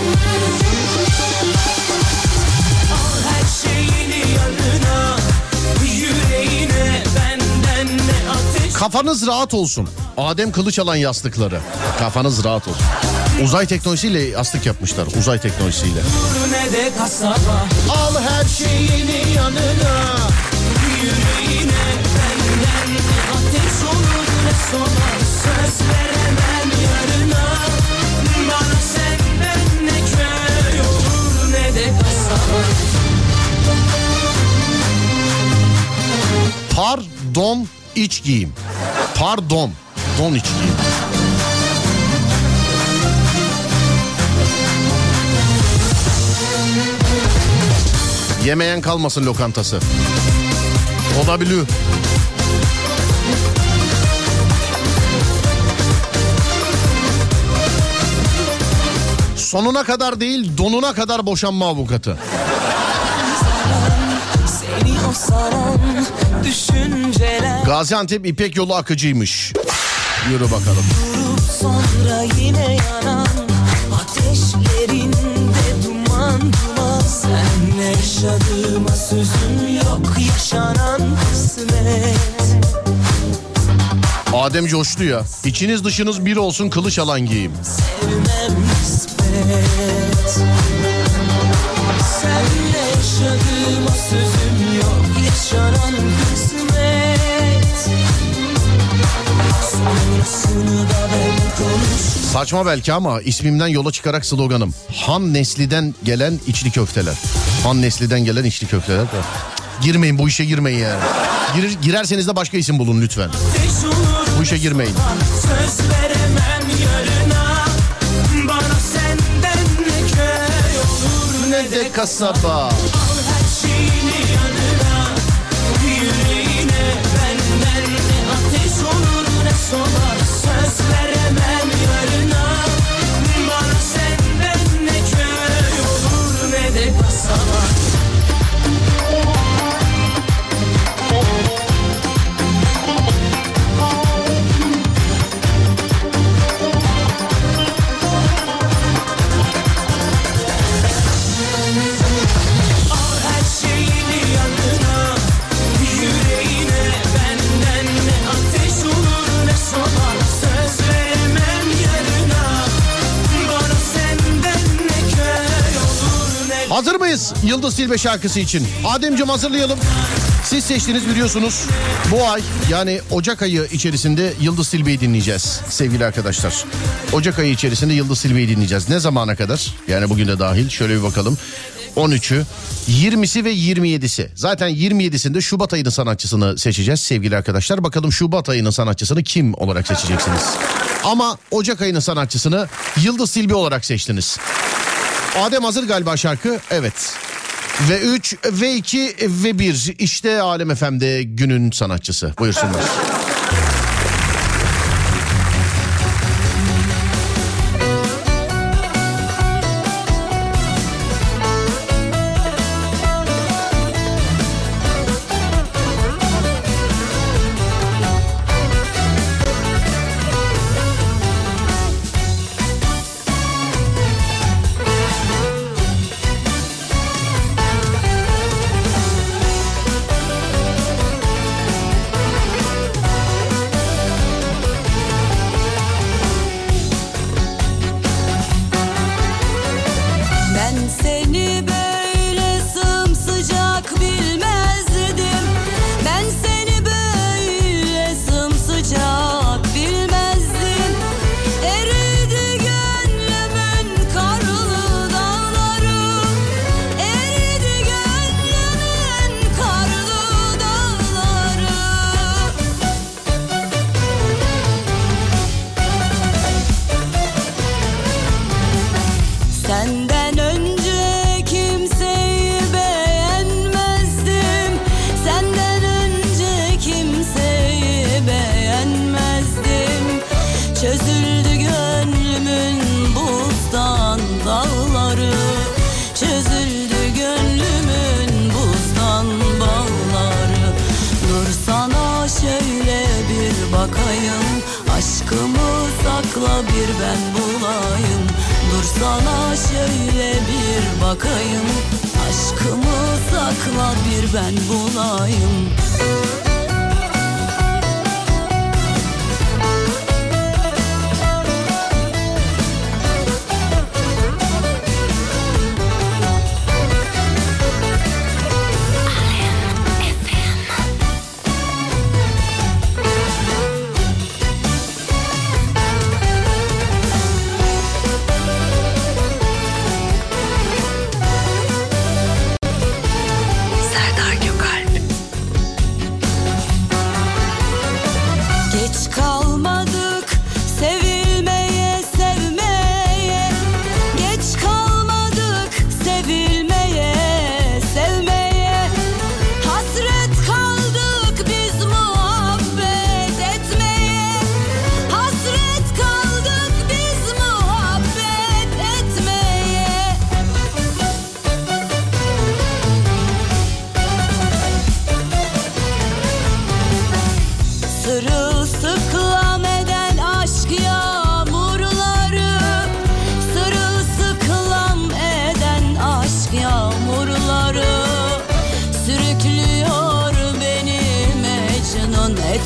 Al her şeyini yanına, yüreğine benden ne ateş. Kafanız rahat olsun. Adem Kılıçalan yastıkları. Kafanız rahat olsun. Uzay teknolojisiyle yastık yapmışlar. Uzay teknolojisiyle. Ne de kasaba, Al her şeyini yanına. yüreğine benden ne ateş olur ne solar. Söz veremem yarına, bana senden ne köy olur ne de kasaba. Pardon iç giyim. Pardon, don iç giyim. Yemeyen kalmasın lokantası. Olabiliyor. Sonuna kadar değil, donuna kadar boşanma avukatı. Seni o saran düşünceler Gaziantep İpek Yolu akıcıymış. Yürü bakalım. durup sonra yine yanan ateşlerinde duman duman. Senle yaşadığıma sözüm yok, yaşanan kısmet. Adem coştu ya. İçiniz dışınız bir olsun, kılıç alan giyeyim. Sevmem nispet. Senle yaşadığıma sözüm yok, yaşanan kısmet. Sonrasını da ben konuş. Saçma belki ama ismimden yola çıkarak sloganım. Han Nesli'den gelen içli köfteler. Han Nesli'den gelen içli köfteler. Girmeyin, bu işe girmeyin yani. Girir, girerseniz de başka isim bulun lütfen. Bu işe girmeyin. Söz veremem yarına. Bana senden ne köy olur Ne de kasaba. al her şeyini yanına. Yüreğine benden ne ateş olur ne solar. Söz veremem yarına. Bana senden ne köy olur ne de kasaba. Hazır mıyız Yıldız Tilbe şarkısı için? Ademciğim hazırlayalım. Siz seçtiniz biliyorsunuz. Bu ay yani Ocak ayı içerisinde Yıldız Tilbe'yi dinleyeceğiz sevgili arkadaşlar. Ocak ayı içerisinde Yıldız Tilbe'yi dinleyeceğiz. Ne zamana kadar? Yani bugün de dahil. Şöyle bir bakalım. on üçü, yirmisi ve yirmi yedisi. Zaten yirmi yedisinde Şubat ayının sanatçısını seçeceğiz sevgili arkadaşlar. Bakalım Şubat ayının sanatçısını kim olarak seçeceksiniz? Ama Ocak ayının sanatçısını Yıldız Tilbe olarak seçtiniz. Adem hazır galiba şarkı. Evet. Ve üç, ve iki, ve bir. İşte Alem F M'de günün sanatçısı. Buyursunlar.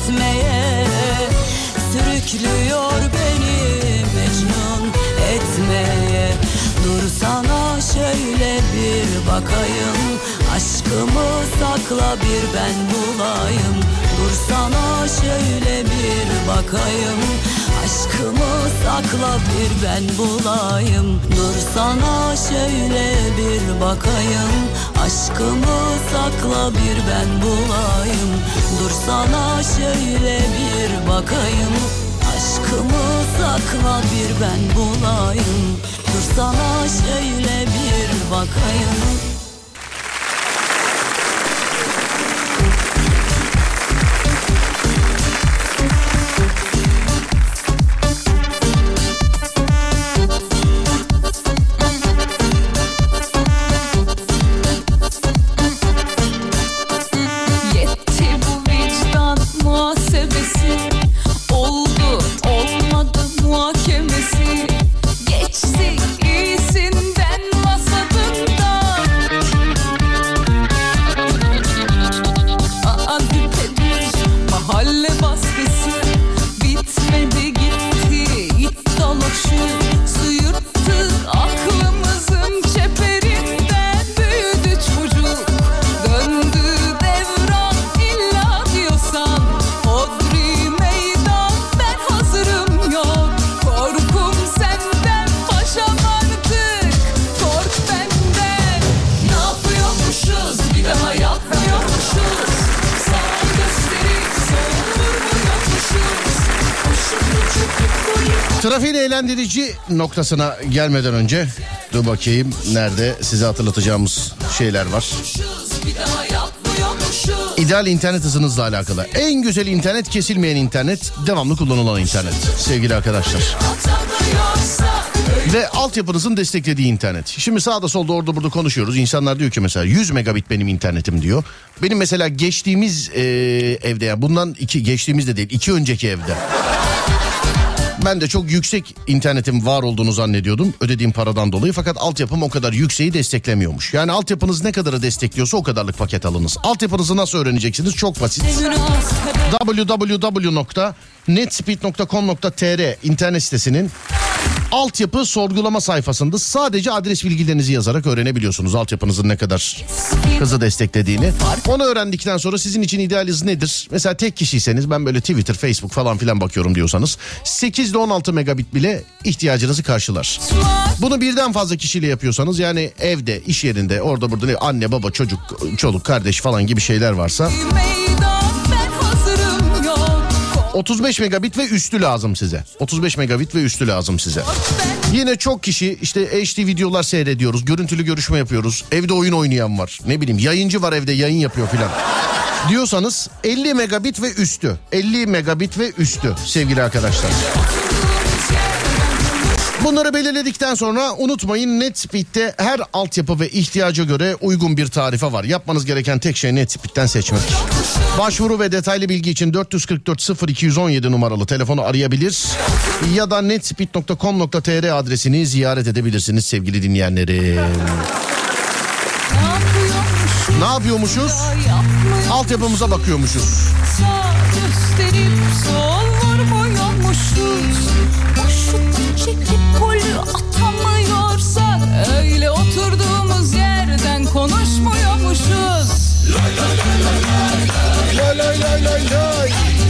gitmeye, sürüklüyor beni mecnun etmeye. Dur sana şöyle bir bakayım, aşkımı sakla bir ben bulayım. Dur sana şöyle bir bakayım, aşkımı sakla bir ben bulayım. Dur sana şöyle bir bakayım, aşkımı sakla bir ben bulayım. Dur sana şöyle bir bakayım, aşkımı sakla bir ben bulayım. Dur sana şöyle bir bakayım. Yetti bu vicdan muhasebesi, oldu olmadı muhakemesi. Geçtik iyisinden masadından. Aa düpedüz mahalle baskısı, bitmedi gitti it dalaşı. Sıyırttık aklımızın çeperinden, büyüdü çocuk, döndü devran illa diyorsan. Hodri meydan ben hazırım yok, korkum senden paşam artık, kork benden. Ne yapıyormuşuz bir daha yapmıyormuşuz, sağ gösterip sol vurmuyormuşuz. Koşup uçup koyup Trafiğin eğlendirici noktasına gelmeden önce dur bakayım nerede size hatırlatacağımız şeyler var. bir daha yapmıyormuşuz. İdeal internet hızınızla alakalı. En güzel internet kesilmeyen internet, devamlı kullanılan internet sevgili arkadaşlar. Atamıyorsa Ve altyapınızın desteklediği internet. Şimdi sağda solda orada burada konuşuyoruz. İnsanlar diyor ki mesela yüz megabit benim internetim diyor. Benim mesela geçtiğimiz e, evde, ya bundan iki geçtiğimiz de değil iki önceki evde. Ben de çok yüksek internetim var olduğunu zannediyordum ödediğim paradan dolayı. Fakat altyapım o kadar yükseği desteklemiyormuş. Yani altyapınız ne kadarı destekliyorsa o kadarlık paket alınız. Altyapınızı nasıl öğreneceksiniz? Çok basit. double-u double-u double-u nokta netspeed nokta com nokta tr internet sitesinin altyapı sorgulama sayfasında sadece adres bilgilerinizi yazarak öğrenebiliyorsunuz altyapınızın ne kadar hızı desteklediğini. Onu öğrendikten sonra sizin için ideal hız nedir? Mesela tek kişiyseniz, ben böyle Twitter, Facebook falan filan bakıyorum diyorsanız sekiz ile on altı megabit bile ihtiyacınızı karşılar. Bunu birden fazla kişiyle yapıyorsanız, yani evde, iş yerinde, orada burada ne, anne, baba, çocuk, çoluk, kardeş falan gibi şeyler varsa meydan ben hazırım yok, otuz beş megabit ve üstü lazım size. otuz beş megabit ve üstü lazım size. Yine çok kişi işte H D videolar seyrediyoruz, görüntülü görüşme yapıyoruz, evde oyun oynayan var, ne bileyim yayıncı var evde yayın yapıyor filan diyorsanız elli megabit ve üstü. elli megabit ve üstü sevgili arkadaşlar. Bunları belirledikten sonra unutmayın, Netspeed'de her altyapı ve ihtiyaca göre uygun bir tarife var. Yapmanız gereken tek şey Netspeed'den seçmek. Başvuru ve detaylı bilgi için dört yüz kırk dört sıfır iki yüz on yedi numaralı telefonu arayabilir ya da netspeed nokta com nokta tr adresini ziyaret edebilirsiniz sevgili dinleyenlerim. Ne yapıyormuşuz? Altyapımıza bakıyormuşuz. Sağ gösterip sol vurmuyormuşuz. Boşluk çekip golü atamıyorsak öyle oturduğumuz yerden konuşmuyormuşuz. Lay lay lay lay lay.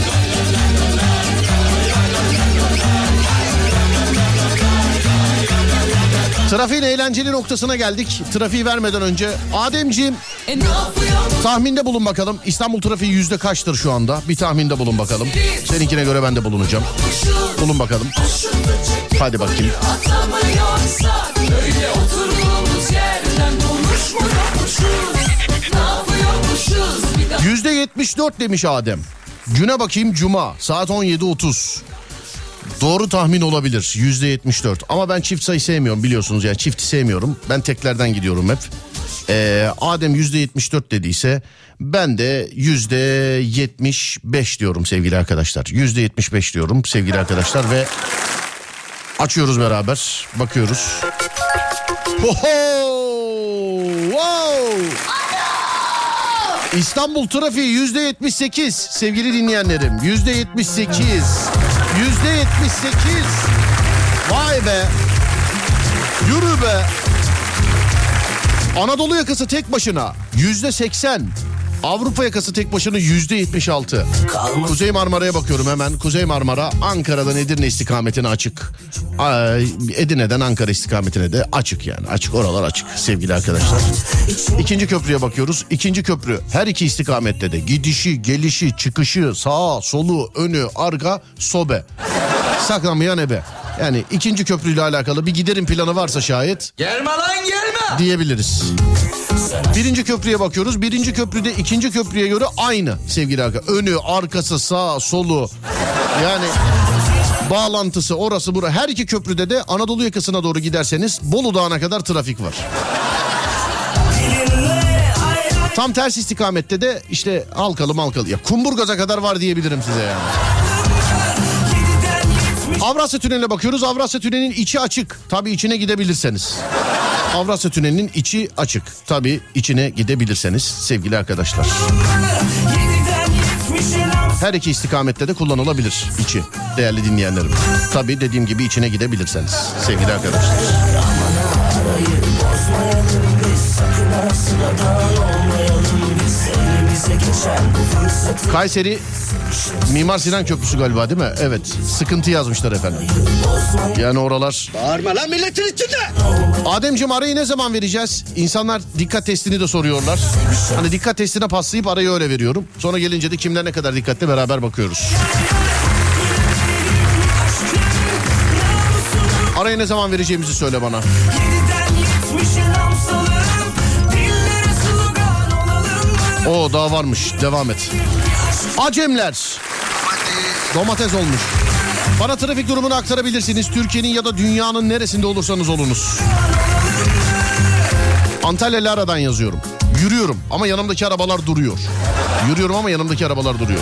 Trafiğin eğlenceli noktasına geldik. Trafiği vermeden önce Ademciğim, E ne yapıyormuş? tahminde bulun bakalım. İstanbul trafiği yüzde kaçtır şu anda? Bir tahminde bulun bakalım. Seninkine göre ben de bulunacağım. Bulun bakalım. Hadi bakayım. Atamıyorsak öyle oturduğumuz yerden konuşmuyormuşuz. Ne yapıyormuşuz bir daha? yüzde yetmiş dört demiş Adem. Güne bakayım, cuma saat on yedi otuz. Doğru tahmin olabilir, yüzde yetmiş dört. Ama ben çift sayı sevmiyorum biliyorsunuz, yani çifti sevmiyorum. Ben teklerden gidiyorum hep. Ee, Adem yüzde yetmiş dört dediyse ben de yüzde yetmiş beş diyorum sevgili arkadaşlar. yüzde yetmiş beş diyorum sevgili arkadaşlar ve açıyoruz beraber, bakıyoruz. Ho ho! Wow! İstanbul trafiği yüzde yetmiş sekiz sevgili dinleyenlerim. Yüzde yetmiş sekiz. Yüzde yetmiş sekiz. Vay be. Yürü be. Anadolu yakası tek başına yüzde seksen. Avrupa yakası tek başına yüzde yetmiş altı. Kuzey Marmara'ya bakıyorum hemen. Kuzey Marmara Ankara'dan Edirne istikametine açık. Edirne'den Ankara istikametine de açık yani. Açık, oralar açık sevgili arkadaşlar. İkinci köprüye bakıyoruz. İkinci köprü her iki istikamette de gidişi, gelişi, çıkışı, sağa, solu, önü, arka, sobe. Saklanmayan ebe. Yani ikinci köprüyle alakalı bir giderim planı varsa şayet. Gelme lan gelme. Diyebiliriz. Birinci köprüye bakıyoruz. Birinci köprüde ikinci köprüye göre aynı sevgili arkadaşlar. Önü, arkası, sağ, solu. Yani bağlantısı orası burası. Her iki köprüde de Anadolu yakasına doğru giderseniz Bolu Dağı'na kadar trafik var. Tam ters istikamette de işte halkalı malkalı. Ya Kumburgaz'a kadar var diyebilirim size yani. Avrasya Tüneli'ne bakıyoruz. Avrasya Tüneli'nin içi açık. Tabii içine gidebilirseniz. Avrasya Tüneli'nin içi açık. Tabii içine gidebilirseniz sevgili arkadaşlar. Her iki istikamette de kullanılabilir içi değerli dinleyenlerim. Tabii dediğim gibi içine gidebilirseniz sevgili arkadaşlar. Kayseri Mimar Sinan Köprüsü galiba değil mi? Evet. Sıkıntı yazmışlar efendim. Yani oralar... Bağırma lan milletin içinde! Ademciğim arayı ne zaman vereceğiz? İnsanlar dikkat testini de soruyorlar. Hani dikkat testine paslayıp arayı öyle veriyorum. Sonra gelince de kimler ne kadar dikkatli beraber bakıyoruz. Arayı ne zaman vereceğimizi söyle bana. O daha varmış. Devam et. Acemler. Domates olmuş. Bana trafik durumunu aktarabilirsiniz. Türkiye'nin ya da dünyanın neresinde olursanız olunuz. Antalya Lara'dan yazıyorum. Yürüyorum ama yanımdaki arabalar duruyor. Yürüyorum ama yanımdaki arabalar duruyor.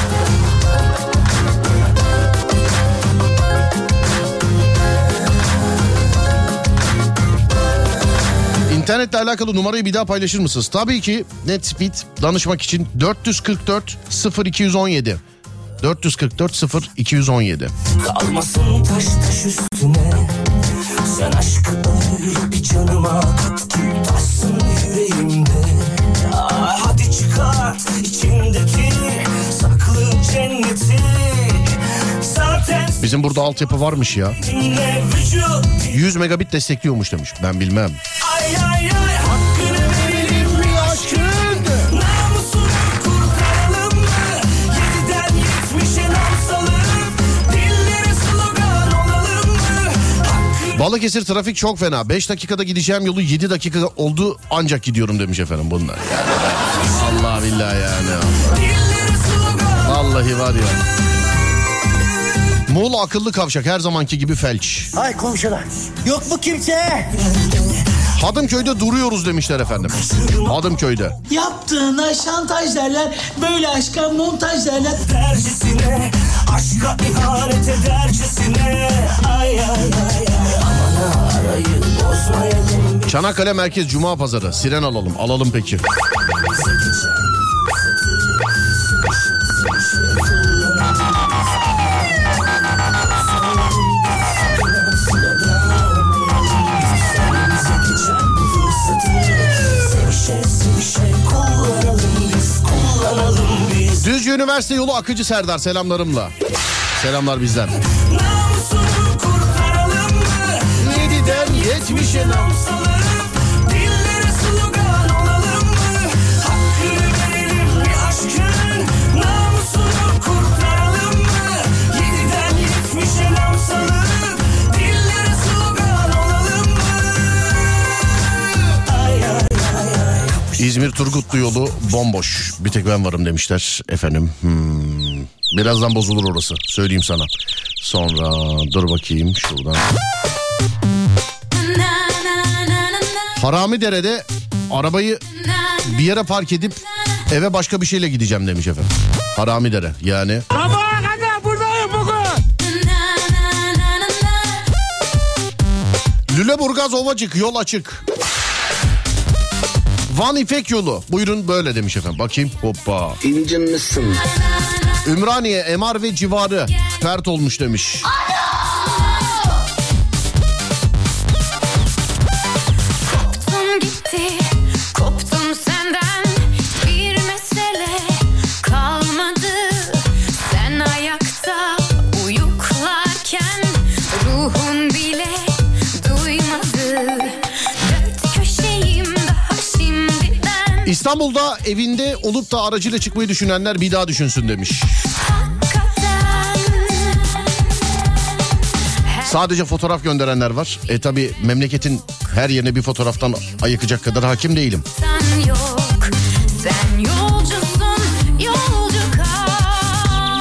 İnternetle alakalı numarayı bir daha paylaşır mısınız? Tabii ki NetSpeed danışmak için dört yüz kırk dört sıfır iki yüz on yedi. dört yüz kırk dört sıfır iki yüz on yedi. Kalmasın taş taş üstüne. Sen aşkı öyle bir canıma kat ki taşsın yüreğimde. Ah, hadi çıkart içimdeki saklı cenneti. Zaten bizim burada altyapı varmış ya. yüz megabit destekliyormuş demiş. Ben bilmem. Ay ay ay hakkını verelim mi aşkın? Namusunu kurtaralım mı? Yediden yetmişe nam salıp dillere slogan olalım mı? Hakkını... Balıkesir trafik çok fena. beş dakikada gideceğim yolu yedi dakika oldu ancak gidiyorum demiş efendim bunlar. Yani Allah billahi yani. Vallahi var ya. Muğla akıllı kavşak her zamanki gibi felç. Ay komşular yok mu kimse? Hadımköy'de duruyoruz demişler efendim. Hadımköy'de. Yaptığına şantaj derler, böyle aşka montaj derler. Dercesine, aşka ihanet edercesine. Ay ay ay ay aman arayı bozmayalım. Çanakkale Merkez Cuma Pazarı. Siren alalım. Alalım peki. Düzce Üniversite yolu Akıcı Serdar selamlarımla. Selamlar bizden. yediden yetmişe nam salıp dillere slogan olalım mı? Hakkını verelim mi aşkın? Namusunu kurtaralım mı? yediden yetmişe nam salıp dillere slogan olalım mı? Ay ay ay ay. İzmir Turgutlu yolu bomboş. Bir tek ben varım demişler efendim. Hmm. Birazdan bozulur orası. Söyleyeyim sana. Sonra dur bakayım şuradan. Haramidere'de arabayı bir yere park edip eve başka bir şeyle gideceğim demiş efendim. Haramidere yani. Sabaha kadar buradayım bugün. Lüleburgaz Ovacık yol açık. Van İpek Yolu. Buyurun böyle demiş efendim. Bakayım. Hoppa. İncinmişsin. Ümraniye, M R ve civarı pert olmuş demiş. Koptum gitti, koptum senden, bir mesele kalmadı. Sen ayakta uyuklarken ruhun bile duymadı. Dört köşeyim daha şimdiden. İstanbul'da evinde olup da aracıyla çıkmayı düşünenler bir daha düşünsün demiş. Sadece fotoğraf gönderenler var. E tabi memleketin her yerine bir fotoğraftan ayıkacak kadar hakim değilim. Sen yok, sen yolcusun, yolcu kal.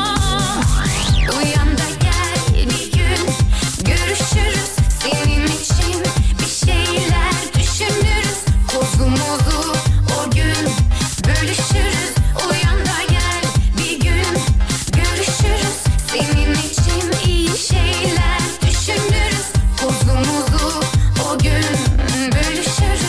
Uyan da gel bir gün, görüşürüz. Senin için bir şeyler düşünürüz. Kozumuzu o gün bölüşürüz. Uyan da gel bir gün, görüşürüz. Senin için iyi şeyler düşünürüz. Kozumuzu o gün bölüşürüz.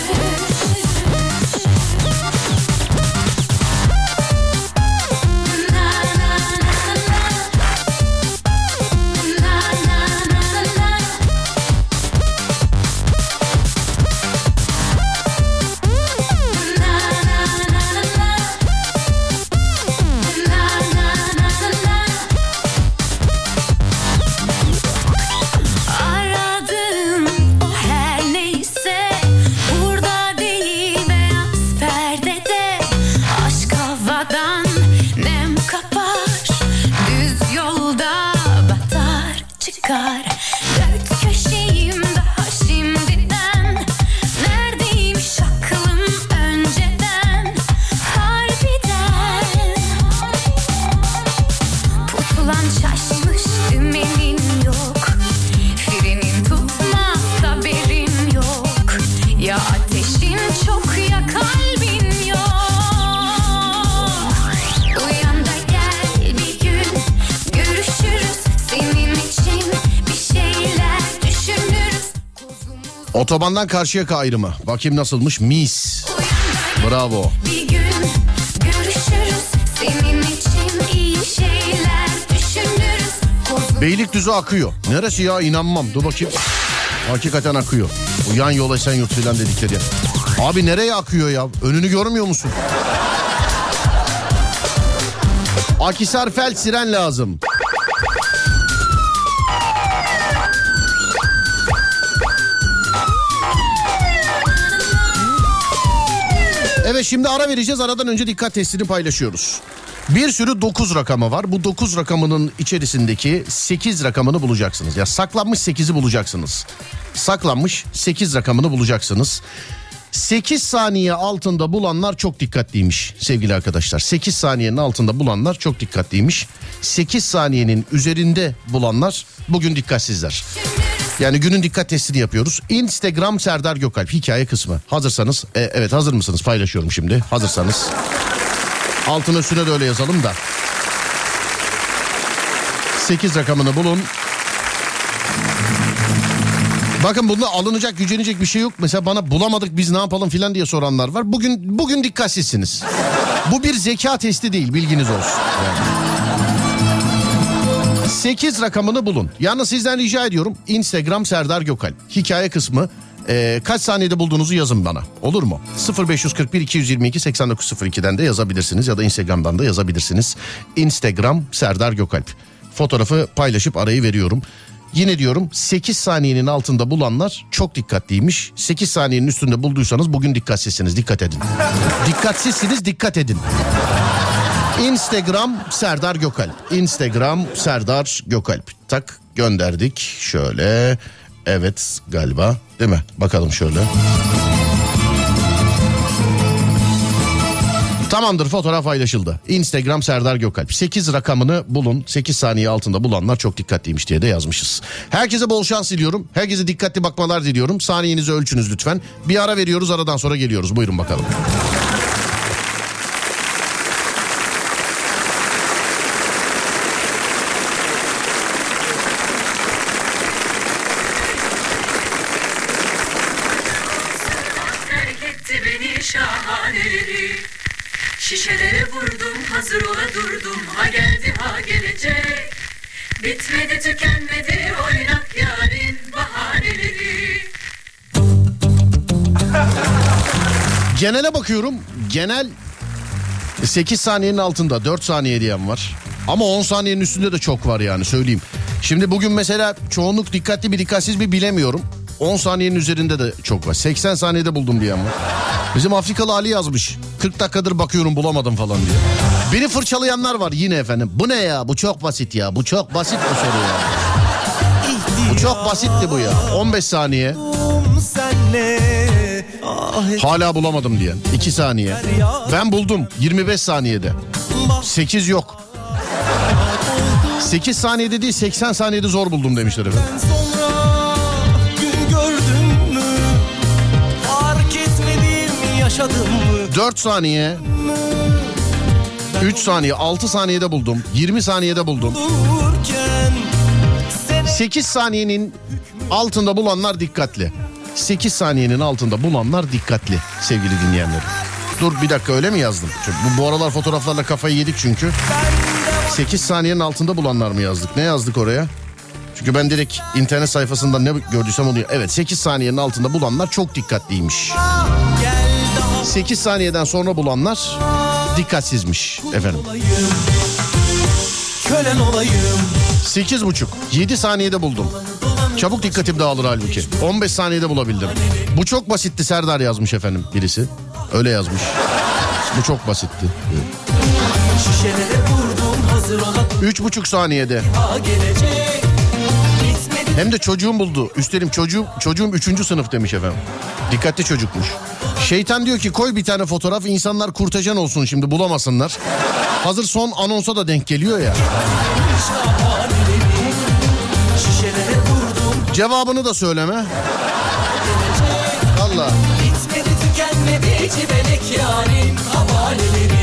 Aradığım o her neyse burada değil, beyaz perdede. Aşk havadan nem kapar, düz yolda batar çıkar. Dört köşeyim daha şimdiden, neredeymiş aklım önceden. Harbiden pusulan şaşmış, dümenin yok. Frenin tutmaz, haberin yok. Ya ateşin çok ya kalbin yok. Uyan da gel bir gün, görüşürüz. Senin için bir şeyler düşünürüz. Otobandan Karşıyaka ayrımı. Bakayım nasılmış? Mis. Bravo. Bir gün görüşürüz. Senin için iyi şeyler düşünürüz. Beylikdüzü akıyor. Neresi ya, inanmam. Dur bakayım. Hakikaten akıyor. Bu yan yol Esenyurt filan dedikleri ya. Abi nereye akıyor ya? Önünü görmüyor musun? Akhisar Fel siren lazım. Evet, şimdi ara vereceğiz. Aradan önce dikkat testini paylaşıyoruz. Bir sürü dokuz rakamı var. Bu dokuz rakamının içerisindeki sekiz rakamını bulacaksınız. Ya saklanmış sekizi bulacaksınız. Saklanmış sekiz rakamını bulacaksınız. sekiz saniye altında bulanlar çok dikkatliymiş sevgili arkadaşlar. sekiz saniyenin altında bulanlar çok dikkatliymiş. sekiz saniyenin üzerinde bulanlar bugün dikkatsizler. Yani günün dikkat testini yapıyoruz. Instagram Serdar Gökalp hikaye kısmı. Hazırsanız, e, evet hazır mısınız? Paylaşıyorum şimdi. Hazırsanız. Altına üstüne de öyle yazalım da. sekiz rakamını bulun. Bakın bunda alınacak, gücenecek bir şey yok. Mesela bana bulamadık biz ne yapalım filan diye soranlar var. Bugün bugün dikkatsizsiniz. Bu bir zeka testi değil, bilginiz olsun. Yani. sekiz rakamını bulun. Yalnız sizden rica ediyorum, Instagram Serdar Gökalp hikaye kısmı e, kaç saniyede bulduğunuzu yazın bana, olur mu? sıfır beş kırk bir iki yüz yirmi iki seksen dokuz sıfır iki'den de yazabilirsiniz ya da Instagram'dan da yazabilirsiniz. Instagram Serdar Gökalp. Fotoğrafı paylaşıp arayı veriyorum. Yine diyorum, sekiz saniyenin altında bulanlar çok dikkatliymiş. sekiz saniyenin üstünde bulduysanız bugün dikkatsizsiniz, dikkat edin. Dikkatsizsiniz, dikkat edin. Instagram Serdar Gökalp. Instagram Serdar Gökalp. Tak, gönderdik. Şöyle. Evet galiba, değil mi? Bakalım şöyle. Tamamdır, fotoğraf paylaşıldı. Instagram Serdar Gökalp. sekiz rakamını bulun. sekiz saniye altında bulanlar çok dikkatliymiş diye de yazmışız. Herkese bol şans diliyorum. Herkese dikkatli bakmalar diliyorum. Saniyenizi ölçünüz lütfen. Bir ara veriyoruz, aradan sonra geliyoruz. Buyurun bakalım. Beni şahaneleri. Şişelere vurdum, hazır ola durdum. Ha geldi ha gelecek. Bitmedi tükenmedi oynak yarın bahaneleri. Genele bakıyorum. Genel sekiz saniyenin altında, dört saniye diyen var. Ama on saniyenin üstünde de çok var yani, söyleyeyim. Şimdi bugün mesela çoğunluk dikkatli bir dikkatsiz bir bilemiyorum. on saniyenin üzerinde de çok var. seksen saniyede buldum diyen var. Bizim Afrikalı Ali yazmış. kırk dakikadır bakıyorum bulamadım falan diye. Beni fırçalayanlar var yine efendim. Bu ne ya? Bu çok basit ya. Bu çok basit bu soru ya. Bu çok basitti bu ya. on beş saniye. Hala bulamadım diyen. iki saniye. Ben buldum yirmi beş saniyede. sekiz yok. sekiz saniyede değil seksen saniyede zor buldum demişler efendim. dört saniye. üç saniye. altı saniyede buldum. yirmi saniyede buldum. sekiz saniyenin altında bulanlar dikkatli. sekiz saniyenin altında bulanlar dikkatli sevgili dinleyenler. Dur bir dakika, öyle mi yazdım? Çünkü bu, bu aralar fotoğraflarla kafayı yedik çünkü. sekiz saniyenin altında bulanlar mı yazdık? Ne yazdık oraya? Çünkü ben direkt internet sayfasından ne gördüysem onu... Evet, sekiz saniyenin altında bulanlar çok dikkatliymiş. sekiz saniyeden sonra bulanlar dikkatsizmiş efendim. Kölen olayım. sekiz buçuk. yedi saniyede buldum. Çabuk dikkatim dağılır halbuki. on beş saniyede bulabildim. Bu çok basitti Serdar yazmış efendim birisi. Öyle yazmış. Bu çok basitti. Üç buçuk saniyede. Hem de çocuğum buldu. Üstelik çocuğum, çocuğum üçüncü sınıf demiş efendim. Dikkatli çocukmuş. Şeytan diyor ki koy bir tane fotoğraf, insanlar kurtajan olsun şimdi, bulamasınlar. Hazır son anonsa da denk geliyor ya. Cevabını da söyleme. Allah. Bitmedi tükenmedi cibelek yarim havaleleri.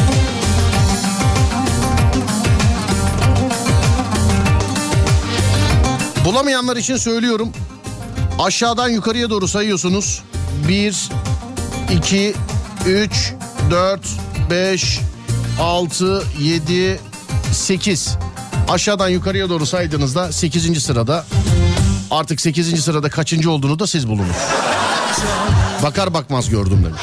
Bulamayanlar için söylüyorum. Aşağıdan yukarıya doğru sayıyorsunuz. bir, iki, üç, dört, beş, altı, yedi, sekiz. Aşağıdan yukarıya doğru saydığınızda sekizinci sırada. Artık sekizinci sırada kaçıncı olduğunu da siz bulunuz. Bakar bakmaz gördüm demiş.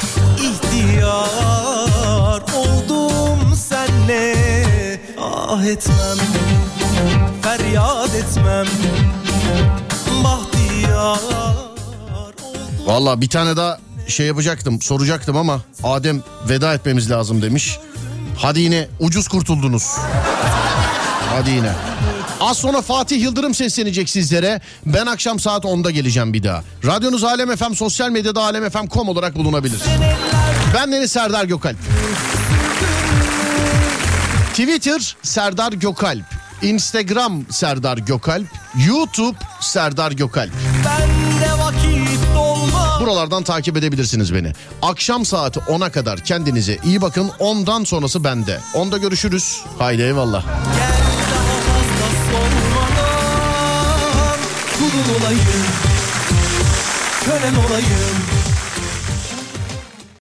İhtiyar oldum senle, ah etmem, feryat etmem, bahtiyar. Vallahi bir tane daha şey yapacaktım, soracaktım ama Adem veda etmemiz lazım demiş. Hadi yine ucuz kurtuldunuz. Hadi yine. Az sonra Fatih Yıldırım seslenecek sizlere. Ben akşam saat onda geleceğim bir daha. Radyonuz Alem F M, sosyal medyada alem f m nokta com olarak bulunabilir. Ben Deniz Serdar Gökalp. Twitter Serdar Gökalp. Instagram Serdar Gökalp. YouTube Serdar Gökalp. Buralardan takip edebilirsiniz beni. Akşam saati ona kadar kendinize iyi bakın. Ondan sonrası bende. Onda görüşürüz. Haydi eyvallah. Kulun olayım, kölen olayım.